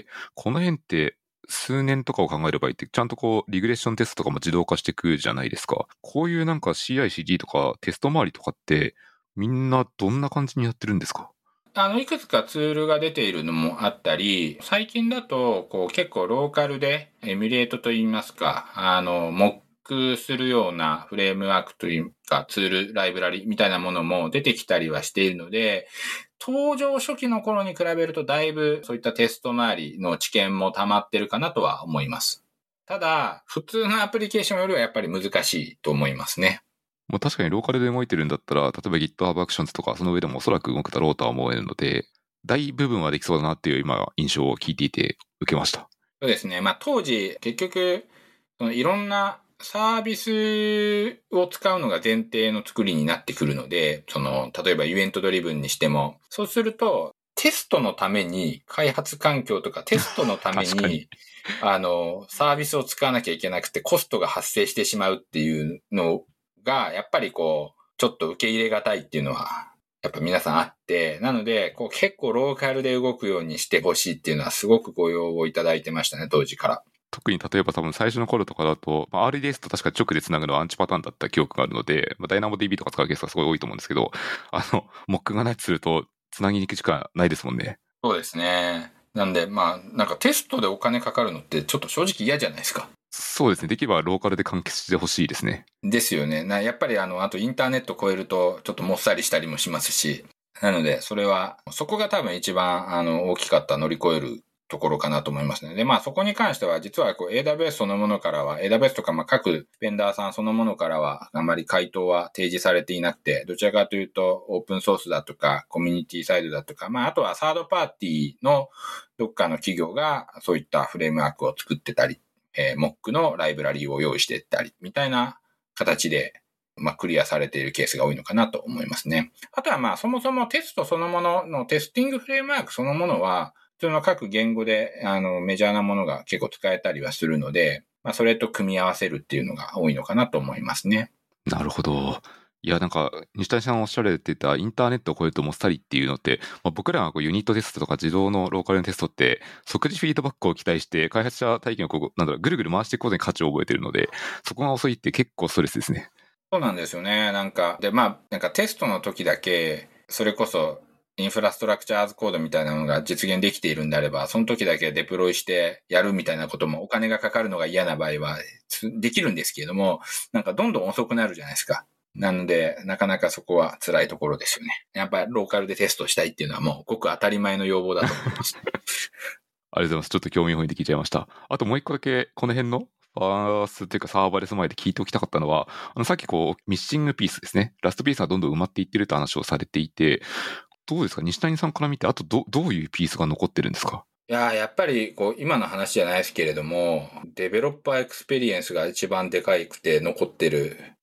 この辺って数年とかを考える場合って、ちゃんとこう、リグレッションテストとかも自動化していくじゃないですか。こういうなんか シーアイシーディー とかテスト周りとかって、みんなどんな感じにやってるんですか？ あの、いくつかツールが出ているのもあったり、最近だと、こう、結構ローカルでエミュレートといいますか、あの、モックするようなフレームワークというか、ツール、ライブラリみたいなものも出てきたりはしているので、登場初期の頃に比べるとだいぶそういったテスト周りの知見も溜まってるかなとは思います。ただ、普通のアプリケーションよりはやっぱり難しいと思いますね。 まあ、確かにローカルで動いてるんだったら、例えば GitHub Actions とか、その上でもおそらく動くだろうとは思えるので、大部分はできそうだなっていう今、印象を聞いていて受けました。 そうですね。まあ当時、結局、そのいろんなサービスを使うのが前提の作りになってくるので、その、例えばイベントドリブンにしても、そうすると、テストのために開発環境とかテストのため確かにに、あの、サービスを使わなきゃいけなくてコストが発生してしまうっていうのが、やっぱりこう、ちょっと受け入れがたいっていうのは、やっぱ皆さんあって、なので、こう結構ローカルで動くようにしてほしいっていうのはすごくご要望いただいてましたね、当時から。 特に例えば多分最初の頃とかだと、まあ、アールディーエス と確か直でつなぐのはアンチパターンだった記憶があるので、まあ、DynamoDB とか使うケースがすごい多いと思うんですけど、あの、モックがないとすると、つなぎに行くしかないですもんね。 そうですね。なんで、まあ、なんかテストでお金かかるのってちょっと正直嫌じゃないですか。 そうですね。できればローカルで完結してほしいですね。 ですよね。なやっぱりあの、あとインターネット超えるとちょっともっさりしたりもしますし。なので、それは、そこが多分一番あの、大きかった乗り越えるところかなと思いますね。で、まあそこに関しては、実はこう エーダブリューエス そのものからは、エーダブリューエス とかまあ各ベンダーさんそのものからは、あまり回答は提示されていなくて、どちらかというと、オープンソースだとか、コミュニティサイドだとか、まああとはサードパーティーのどっかの企業がそういったフレームワークを作ってたり、えー、モック のライブラリーを用意してったり、みたいな形で、まあ、クリアされているケースが多いのかなと思いますね。あとはまあ、そもそもテストそのもののテスティングフレームワークそのものは、普通の各言語で、あの、メジャーなものが結構使えたりはするので、まあ、それと組み合わせるっていうのが多いのかなと思いますね。 なるほど。いや、なんか、西谷さんおっしゃられてたインターネットを超えるともっさりっていうのって、まあ、僕らはこうユニットテストとか自動のローカルのテストって、即時フィードバックを期待して、開発者体験をこう、なんだろう、ぐるぐる回していくことに価値を覚えてるので、そこが遅いって結構ストレスですね。 そうなんですよね。なんか、で、まあ、なんかテストの時だけ、それこそ、インフラストラクチャーズコードみたいなのが実現できているんであれば、その時だけデプロイしてやるみたいなこともお金がかかるのが嫌な場合はできるんですけれども、なんかどんどん遅くなるじゃないですか。なので、なかなかそこは辛いところですよね。やっぱりローカルでテストしたいっていうのはもうごく当たり前の要望だと思います。 ありがとうございます。ちょっと興味本位で聞いちゃいました。あともう一個だけ、この辺のファースっていうかサーバーレス前で聞いておきたかったのは、あのさっきこう、ミッシングピースですね。ラストピースがどんどん埋まっていってるって話をされていて、どうですか西谷さんから見て、あとど、どういうピースが残ってるんですか？ いやー、やっぱり、こう、今の話じゃないですけれども、デベロッパーエクスペリエンスが一番でかいくて残ってる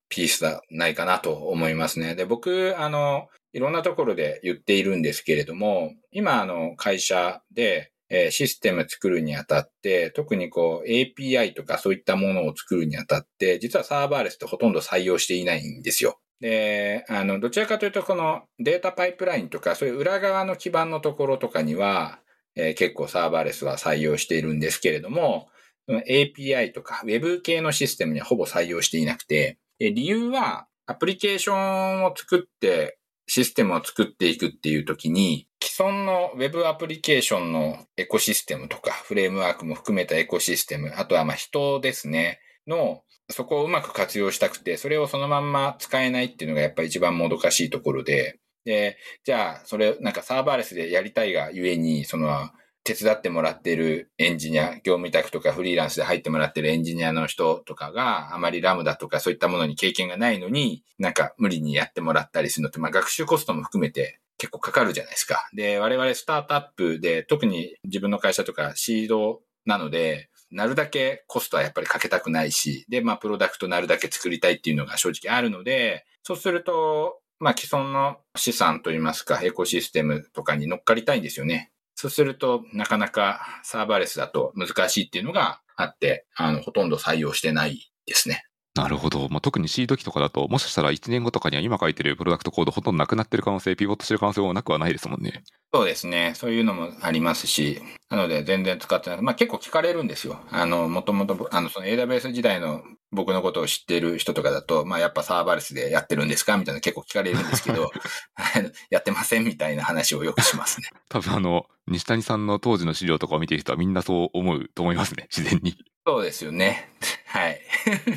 ピースじゃないかなと思いますね。で、僕、あの、いろんなところで言っているんですけれども、今、あの、会社で、えーシステム作るにあたって、特にこう エーピーアイ とかそういったものを作るにあたって、実はサーバーレスってほとんど採用していないんですよ。で、あの、どちらかというと、このデータパイプラインとか、そういう裏側の基盤のところとかには、えー結構サーバーレスは採用しているんですけれども、エーピーアイ とか Web 系のシステムにはほぼ採用していなくて、理由はアプリケーションを作ってシステムを作っていくっていう時に、既存の Web アプリケーションのエコシステムとか、フレームワークも含めたエコシステム、あとはまあ人ですね、の、そこをうまく活用したくて、それをそのまんま使えないっていうのがやっぱり一番もどかしいところで、で、じゃあ、それ、なんかサーバーレスでやりたいがゆえに、その、手伝ってもらっているエンジニア、業務委託とかフリーランスで入ってもらっているエンジニアの人とかがあまりラムダとかそういったものに経験がないのに、なんか無理にやってもらったりするのって、まあ学習コストも含めて結構かかるじゃないですか。で、我々スタートアップで特に自分の会社とかシードなので、なるだけコストはやっぱりかけたくないし、で、まあプロダクトなるだけ作りたいっていうのが正直あるので、そうすると、まあ既存の資産といいますか、エコシステムとかに乗っかりたいんですよね。そうすると、なかなかサーバーレスだと難しいっていうのがあって、あの、ほとんど採用してないですね。 なるほど。まあ、特にシード機とかだと、もしかしたらいちねんごとかには今書いてるプロダクトコードほとんどなくなってる可能性、ピボットしてる可能性もなくはないですもんね。 そうですね。そういうのもありますし、なので全然使ってない。まあ結構聞かれるんですよ。あの、もともと、あの、その エーダブリューエス 時代の僕のことを知っている人とかだと、まあやっぱサーバーレスでやってるんですかみたいな結構聞かれるんですけど、やってませんみたいな話をよくしますね。 多分あの、西谷さんの当時の資料とかを見ている人はみんなそう思うと思いますね、自然に。 そうですよね。はい。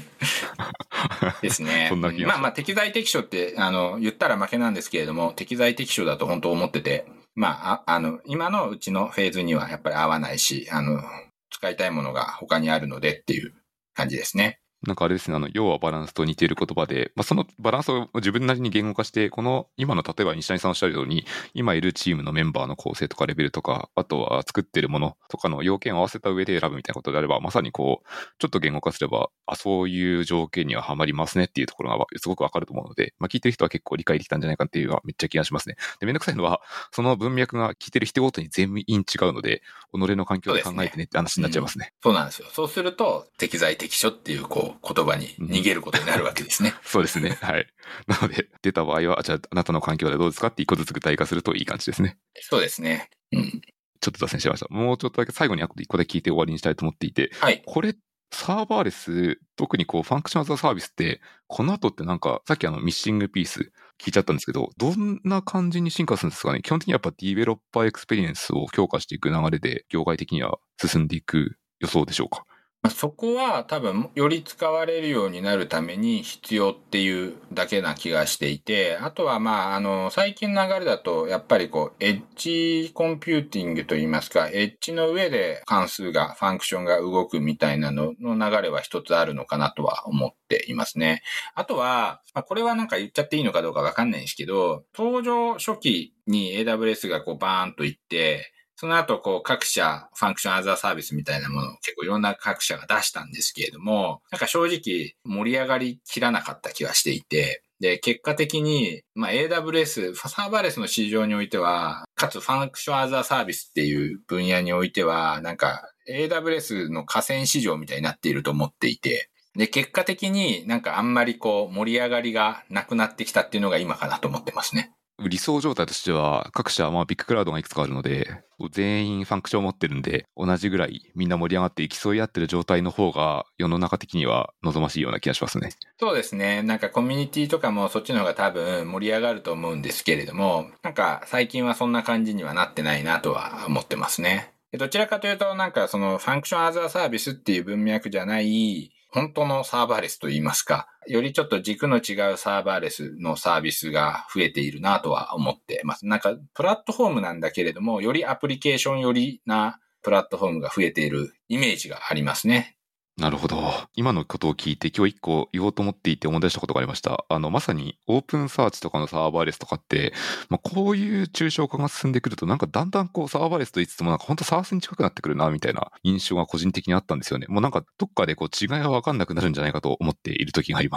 ですね。 そんな気がします。 まあまあ適材適所って、あの、言ったら負けなんですけれども、適材適所だと本当思ってて、まあ、ああの、今のうちのフェーズにはやっぱり合わないし、あの、使いたいものが他にあるのでっていう感じですね。 なんかあれですね、あの、要はバランスと似ている言葉で、まあ、そのバランスを自分なりに言語化して、この今の例えば西谷さんおっしゃるように、今いるチームのメンバーの構成とかレベルとか、あとは作ってるものとかの要件を合わせた上で選ぶみたいなことであれば、まさにこう、ちょっと言語化すれば、あ、そういう条件にはハマりますねっていうところがすごくわかると思うので、まあ、聞いてる人は結構理解できたんじゃないかっていうのはめっちゃ気がしますね。で、めんどくさいのは、その文脈が聞いてる人ごとに全員違うので、己の環境で考えてねって話になっちゃいますね。 そうなんですよ。そうすると、適材適所っていうこう言葉に逃げることになるわけですね。 そうですね。はい。なので、出た場合は、じゃあ、あなたの環境でどうですかって一個ずつ具体化するといい感じですね。 そうですね。うん。 ちょっと脱線しちゃいました。もうちょっとだけ最後にあと一個だけ聞いて終わりにしたいと思っていて、 はい。 これ、サーバーレス、特にこう、ファンクションアザーサービスって、この後ってなんか、さっきあの、ミッシングピース聞いちゃったんですけど、どんな感じに進化するんですかね。基本的にやっぱディベロッパーエクスペリエンスを強化していく流れで、業界的には進んでいく予想でしょうか。 そこは多分より使われるようになるために必要っていうだけな気がしていて、あとはまあ、あの、最近の流れだとやっぱりこう、エッジコンピューティングといいますか、エッジの上で関数が、ファンクションが動くみたいなのの流れは一つあるのかなとは思っていますね。あとは、まあ、これはなんか言っちゃっていいのかどうかわかんないんですけど、登場初期に エーダブリューエス がこうバーンといって、その後、こう、各社、ファンクションアザーサービスみたいなものを結構いろんな各社が出したんですけれども、なんか正直盛り上がりきらなかった気がしていて、で、結果的に、まあ、エーダブリューエス、サーバーレスの市場においては、かつファンクションアザーサービスっていう分野においては、なんか エーダブリューエス の河川市場みたいになっていると思っていて、で、結果的になんかあんまりこう盛り上がりがなくなってきたっていうのが今かなと思ってますね。 理想状態としては、各社、まあ、ビッグクラウドがいくつかあるので、全員ファンクションを持ってるんで、同じぐらいみんな盛り上がって競い合ってる状態の方が、世の中的には望ましいような気がしますね。 そうですね。なんかコミュニティとかもそっちの方が多分盛り上がると思うんですけれども、なんか最近はそんな感じにはなってないなとは思ってますね。どちらかというと、なんかそのファンクションアザーサービスっていう文脈じゃない、本当のサーバーレスと言いますか、よりちょっと軸の違うサーバーレスのサービスが増えているなとは思ってます。なんかプラットフォームなんだけれども、よりアプリケーションよりなプラットフォームが増えているイメージがありますね。 なるほど。今のことを聞いて今日一個言おうと思っていて思い出したことがありました。あの、まさにオープンサーチとかのサーバーレスとかって、まあ、こういう抽象化が進んでくるとなんかだんだんこうサーバーレスと言いつつもなんか本当サースに近くなってくるなみたいな印象が個人的にあったんですよね。もうなんかどっかでこう違いがわかんなくなるんじゃないかと思っている時があります。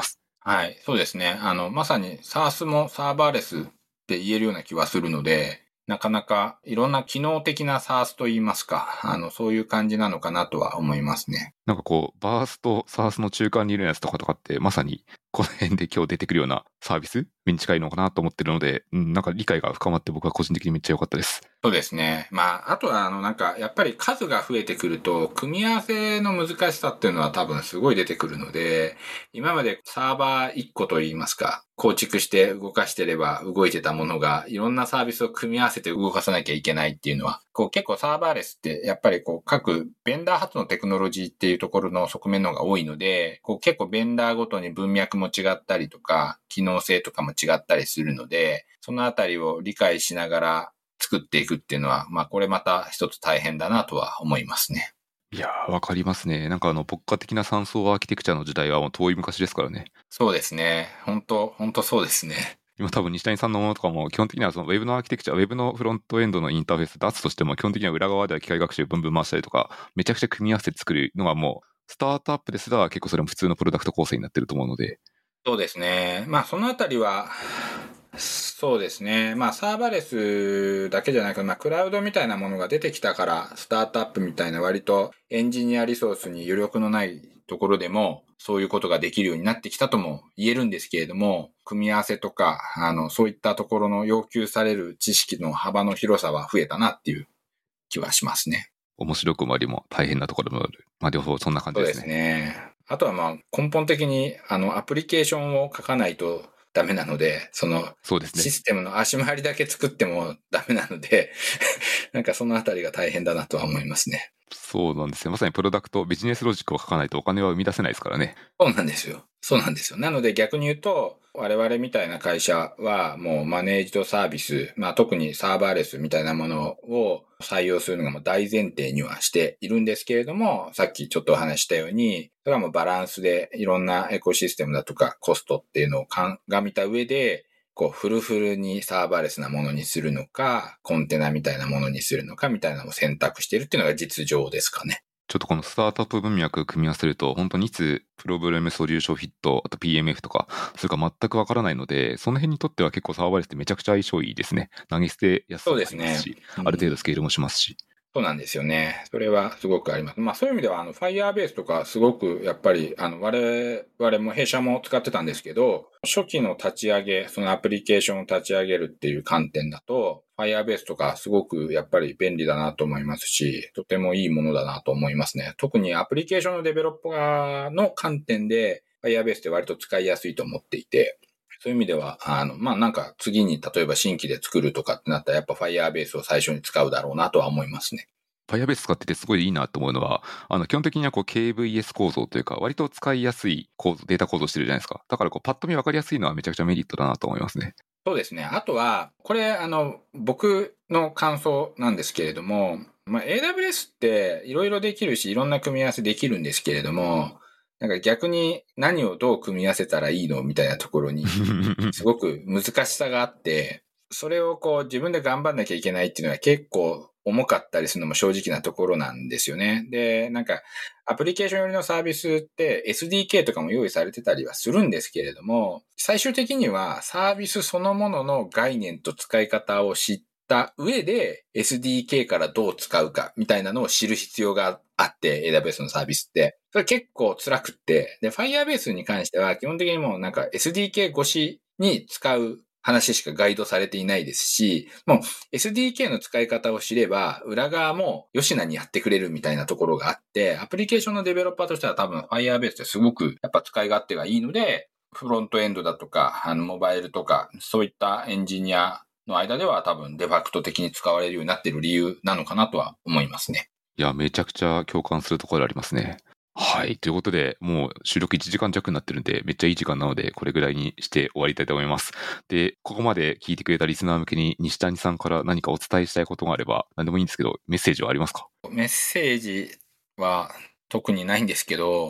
はい、そうですね。あの、まさに SaaS もサーバーレスって言えるような気はするので、なかなかいろんな機能的な SaaS と言いますか、あの、そういう感じなのかなとは思いますね。 なんかこう、バースと SaaS の中間にいるやつとかとかって、まさにこの辺で今日出てくるようなサービスに近いのかなと思ってるので、うん、なんか理解が深まって僕は個人的にめっちゃ良かったです。 そうですね。まあ、あとは、あの、なんか、やっぱり数が増えてくると、組み合わせの難しさっていうのは多分すごい出てくるので、今までサーバーいっこと言いますか、構築して動かしてれば動いてたものが、いろんなサービスを組み合わせて動かさなきゃいけないっていうのは、こう結構サーバーレスって、やっぱりこう各ベンダー発のテクノロジーっていうところの側面の方が多いので、こう結構ベンダーごとに文脈も違ったりとか、機能性とかも違ったりするので、そのあたりを理解しながら、作っていくっていうのは、まあこれまた一つ大変だなとは思いますね。 いやー、わかりますね。なんかあの、牧歌的な三層アーキテクチャの時代はもう遠い昔ですからね。 そうですね。本当本当そうですね。 今多分西谷さんのものとかも基本的にはその Web のアーキテクチャ、Web のフロントエンドのインターフェース出すとしても基本的には裏側では機械学習ブンブン回したりとか、めちゃくちゃ組み合わせて作るのがもう、スタートアップですら結構それも普通のプロダクト構成になってると思うので。 そうですね。まあそのあたりは、そうですね。まあサーバーレスだけじゃなく、まあクラウドみたいなものが出てきたから、スタートアップみたいな割とエンジニアリソースに余力のないところでも、そういうことができるようになってきたとも言えるんですけれども、組み合わせとか、あの、そういったところの要求される知識の幅の広さは増えたなっていう気はしますね。 面白くもありも大変なところもある。まあ両方そんな感じですね。 そうですね。あとはまあ根本的にあのアプリケーションを書かないとダメなので、そのそうですね。 システムの足回りだけ作ってもダメなので、なんかそのあたりが大変だなとは思いますね。 そうなんですよ。まさにプロダクト、ビジネスロジックを書かないとお金は生み出せないですからね。 そうなんですよ。そうなんですよ。なので逆に言うと、我々みたいな会社はもうマネージドサービス、まあ特にサーバーレスみたいなものを採用するのがもう大前提にはしているんですけれども、さっきちょっとお話したように、それはもうバランスでいろんなエコシステムだとかコストっていうのを鑑みた上で、こうフルフルにサーバーレスなものにするのか、コンテナみたいなものにするのかみたいなのを選択しているっていうのが実情ですかね。 ちょっとこのスタートアップ文脈組み合わせると、本当にいつプロブレムソリューションフィット、あと ピーエムエフ とか、それか全くわからないので、その辺にとっては結構サーバーレスってめちゃくちゃ相性いいですね。投げ捨てやすさもありますし、 うん、 ある程度スケールもしますし。 そうなんですよね。それはすごくあります。まあそういう意味では、あの、Firebase とかすごくやっぱり、あの、我々も弊社も使ってたんですけど、初期の立ち上げ、そのアプリケーションを立ち上げるっていう観点だと、Firebase とかすごくやっぱり便利だなと思いますし、とてもいいものだなと思いますね。特にアプリケーションのデベロッパーの観点で、Firebase って割と使いやすいと思っていて、そういう意味では、あの、まあ、なんか次に例えば新規で作るとかってなったらやっぱ Firebase を最初に使うだろうなとは思いますね。 Firebase 使っててすごいいいなと思うのは、あの基本的にはこう ケーブイエス 構造というか、割と使いやすい構造、データ構造してるじゃないですか。だからこうパッと見分かりやすいのはめちゃくちゃメリットだなと思いますね。 そうですね。あとは、これ、あの、僕の感想なんですけれども、まあ、エーダブリューエス っていろいろできるし、いろんな組み合わせできるんですけれども、なんか逆に何をどう組み合わせたらいいのみたいなところに、すごく難しさがあって、それをこう自分で頑張んなきゃいけないっていうのは結構重かったりするのも正直なところなんですよね。で、なんかアプリケーション寄りのサービスって エスディーケー とかも用意されてたりはするんですけれども、最終的にはサービスそのものの概念と使い方を知った上で エスディーケー からどう使うかみたいなのを知る必要があって、エーダブリューエス のサービスって。それ結構辛くって、で、Firebase に関しては基本的にもうなんか エスディーケー 越しに使う話しかガイドされていないですし、もう エスディーケー の使い方を知れば、裏側も吉名にやってくれるみたいなところがあって、アプリケーションのデベロッパーとしては多分 Firebase ってすごくやっぱ使い勝手がいいので、フロントエンドだとか、あの、モバイルとか、そういったエンジニアの間では多分デファクト的に使われるようになっている理由なのかなとは思いますね。 いや、めちゃくちゃ共感するところありますね。はい。ということで、もう収録いちじかん弱になってるんで、めっちゃいい時間なので、これぐらいにして終わりたいと思います。で、ここまで聞いてくれたリスナー向けに、西谷さんから何かお伝えしたいことがあれば、何でもいいんですけど、メッセージはありますか？ メッセージは特にないんですけど、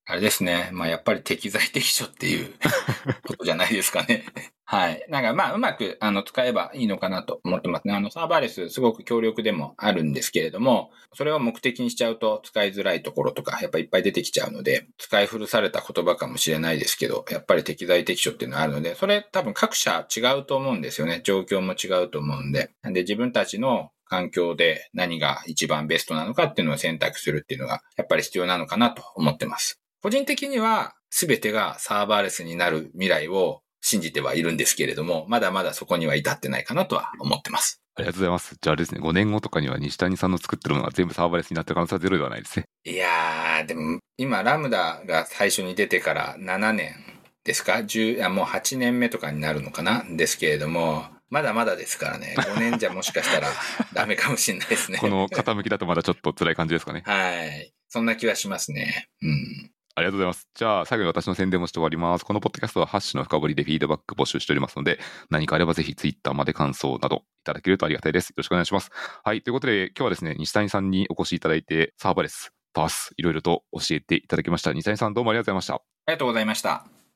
あれですね。まあやっぱり適材適所っていうことじゃないですかね。はい。なんかまあうまくあの使えばいいのかなと思ってますね。あのサーバーレスすごく強力でもあるんですけれども、それを目的にしちゃうと使いづらいところとかやっぱいっぱい出てきちゃうので、使い古された言葉かもしれないですけど、やっぱり適材適所っていうのがあるので、それ多分各社違うと思うんですよね。状況も違うと思うんで。なんで自分たちの環境で何が一番ベストなのかっていうのを選択するっていうのがやっぱり必要なのかなと思ってます。個人的には全てがサーバーレスになる未来を信じてはいるんですけれども、まだまだそこには至ってないかなとは思ってます。 ありがとうございます。じゃああれですね、ごねんごとかには西谷さんの作ってるものが全部サーバーレスになった可能性はゼロではないですね。 いやー、でも今ラムダが最初に出てからななねんですか ?じゅう、あ、もうはちねんめとかになるのかなですけれども、まだまだですからね。ごねんじゃもしかしたらダメかもしれないですね。 この傾きだとまだちょっと辛い感じですかね。 はい。そんな気はしますね。うん。 ありがとうございます。じゃあ、最後に私の宣伝もして終わります。このポッドキャストはハッシュの深掘りでフィードバック募集しておりますので、何かあればぜひツイッターまで感想などいただけるとありがたいです。よろしくお願いします。はい。ということで、今日はですね、西谷さんにお越しいただいて、サーバーレス、パース、いろいろと教えていただきました。西谷さんどうもありがとうございました。ありがとうございました。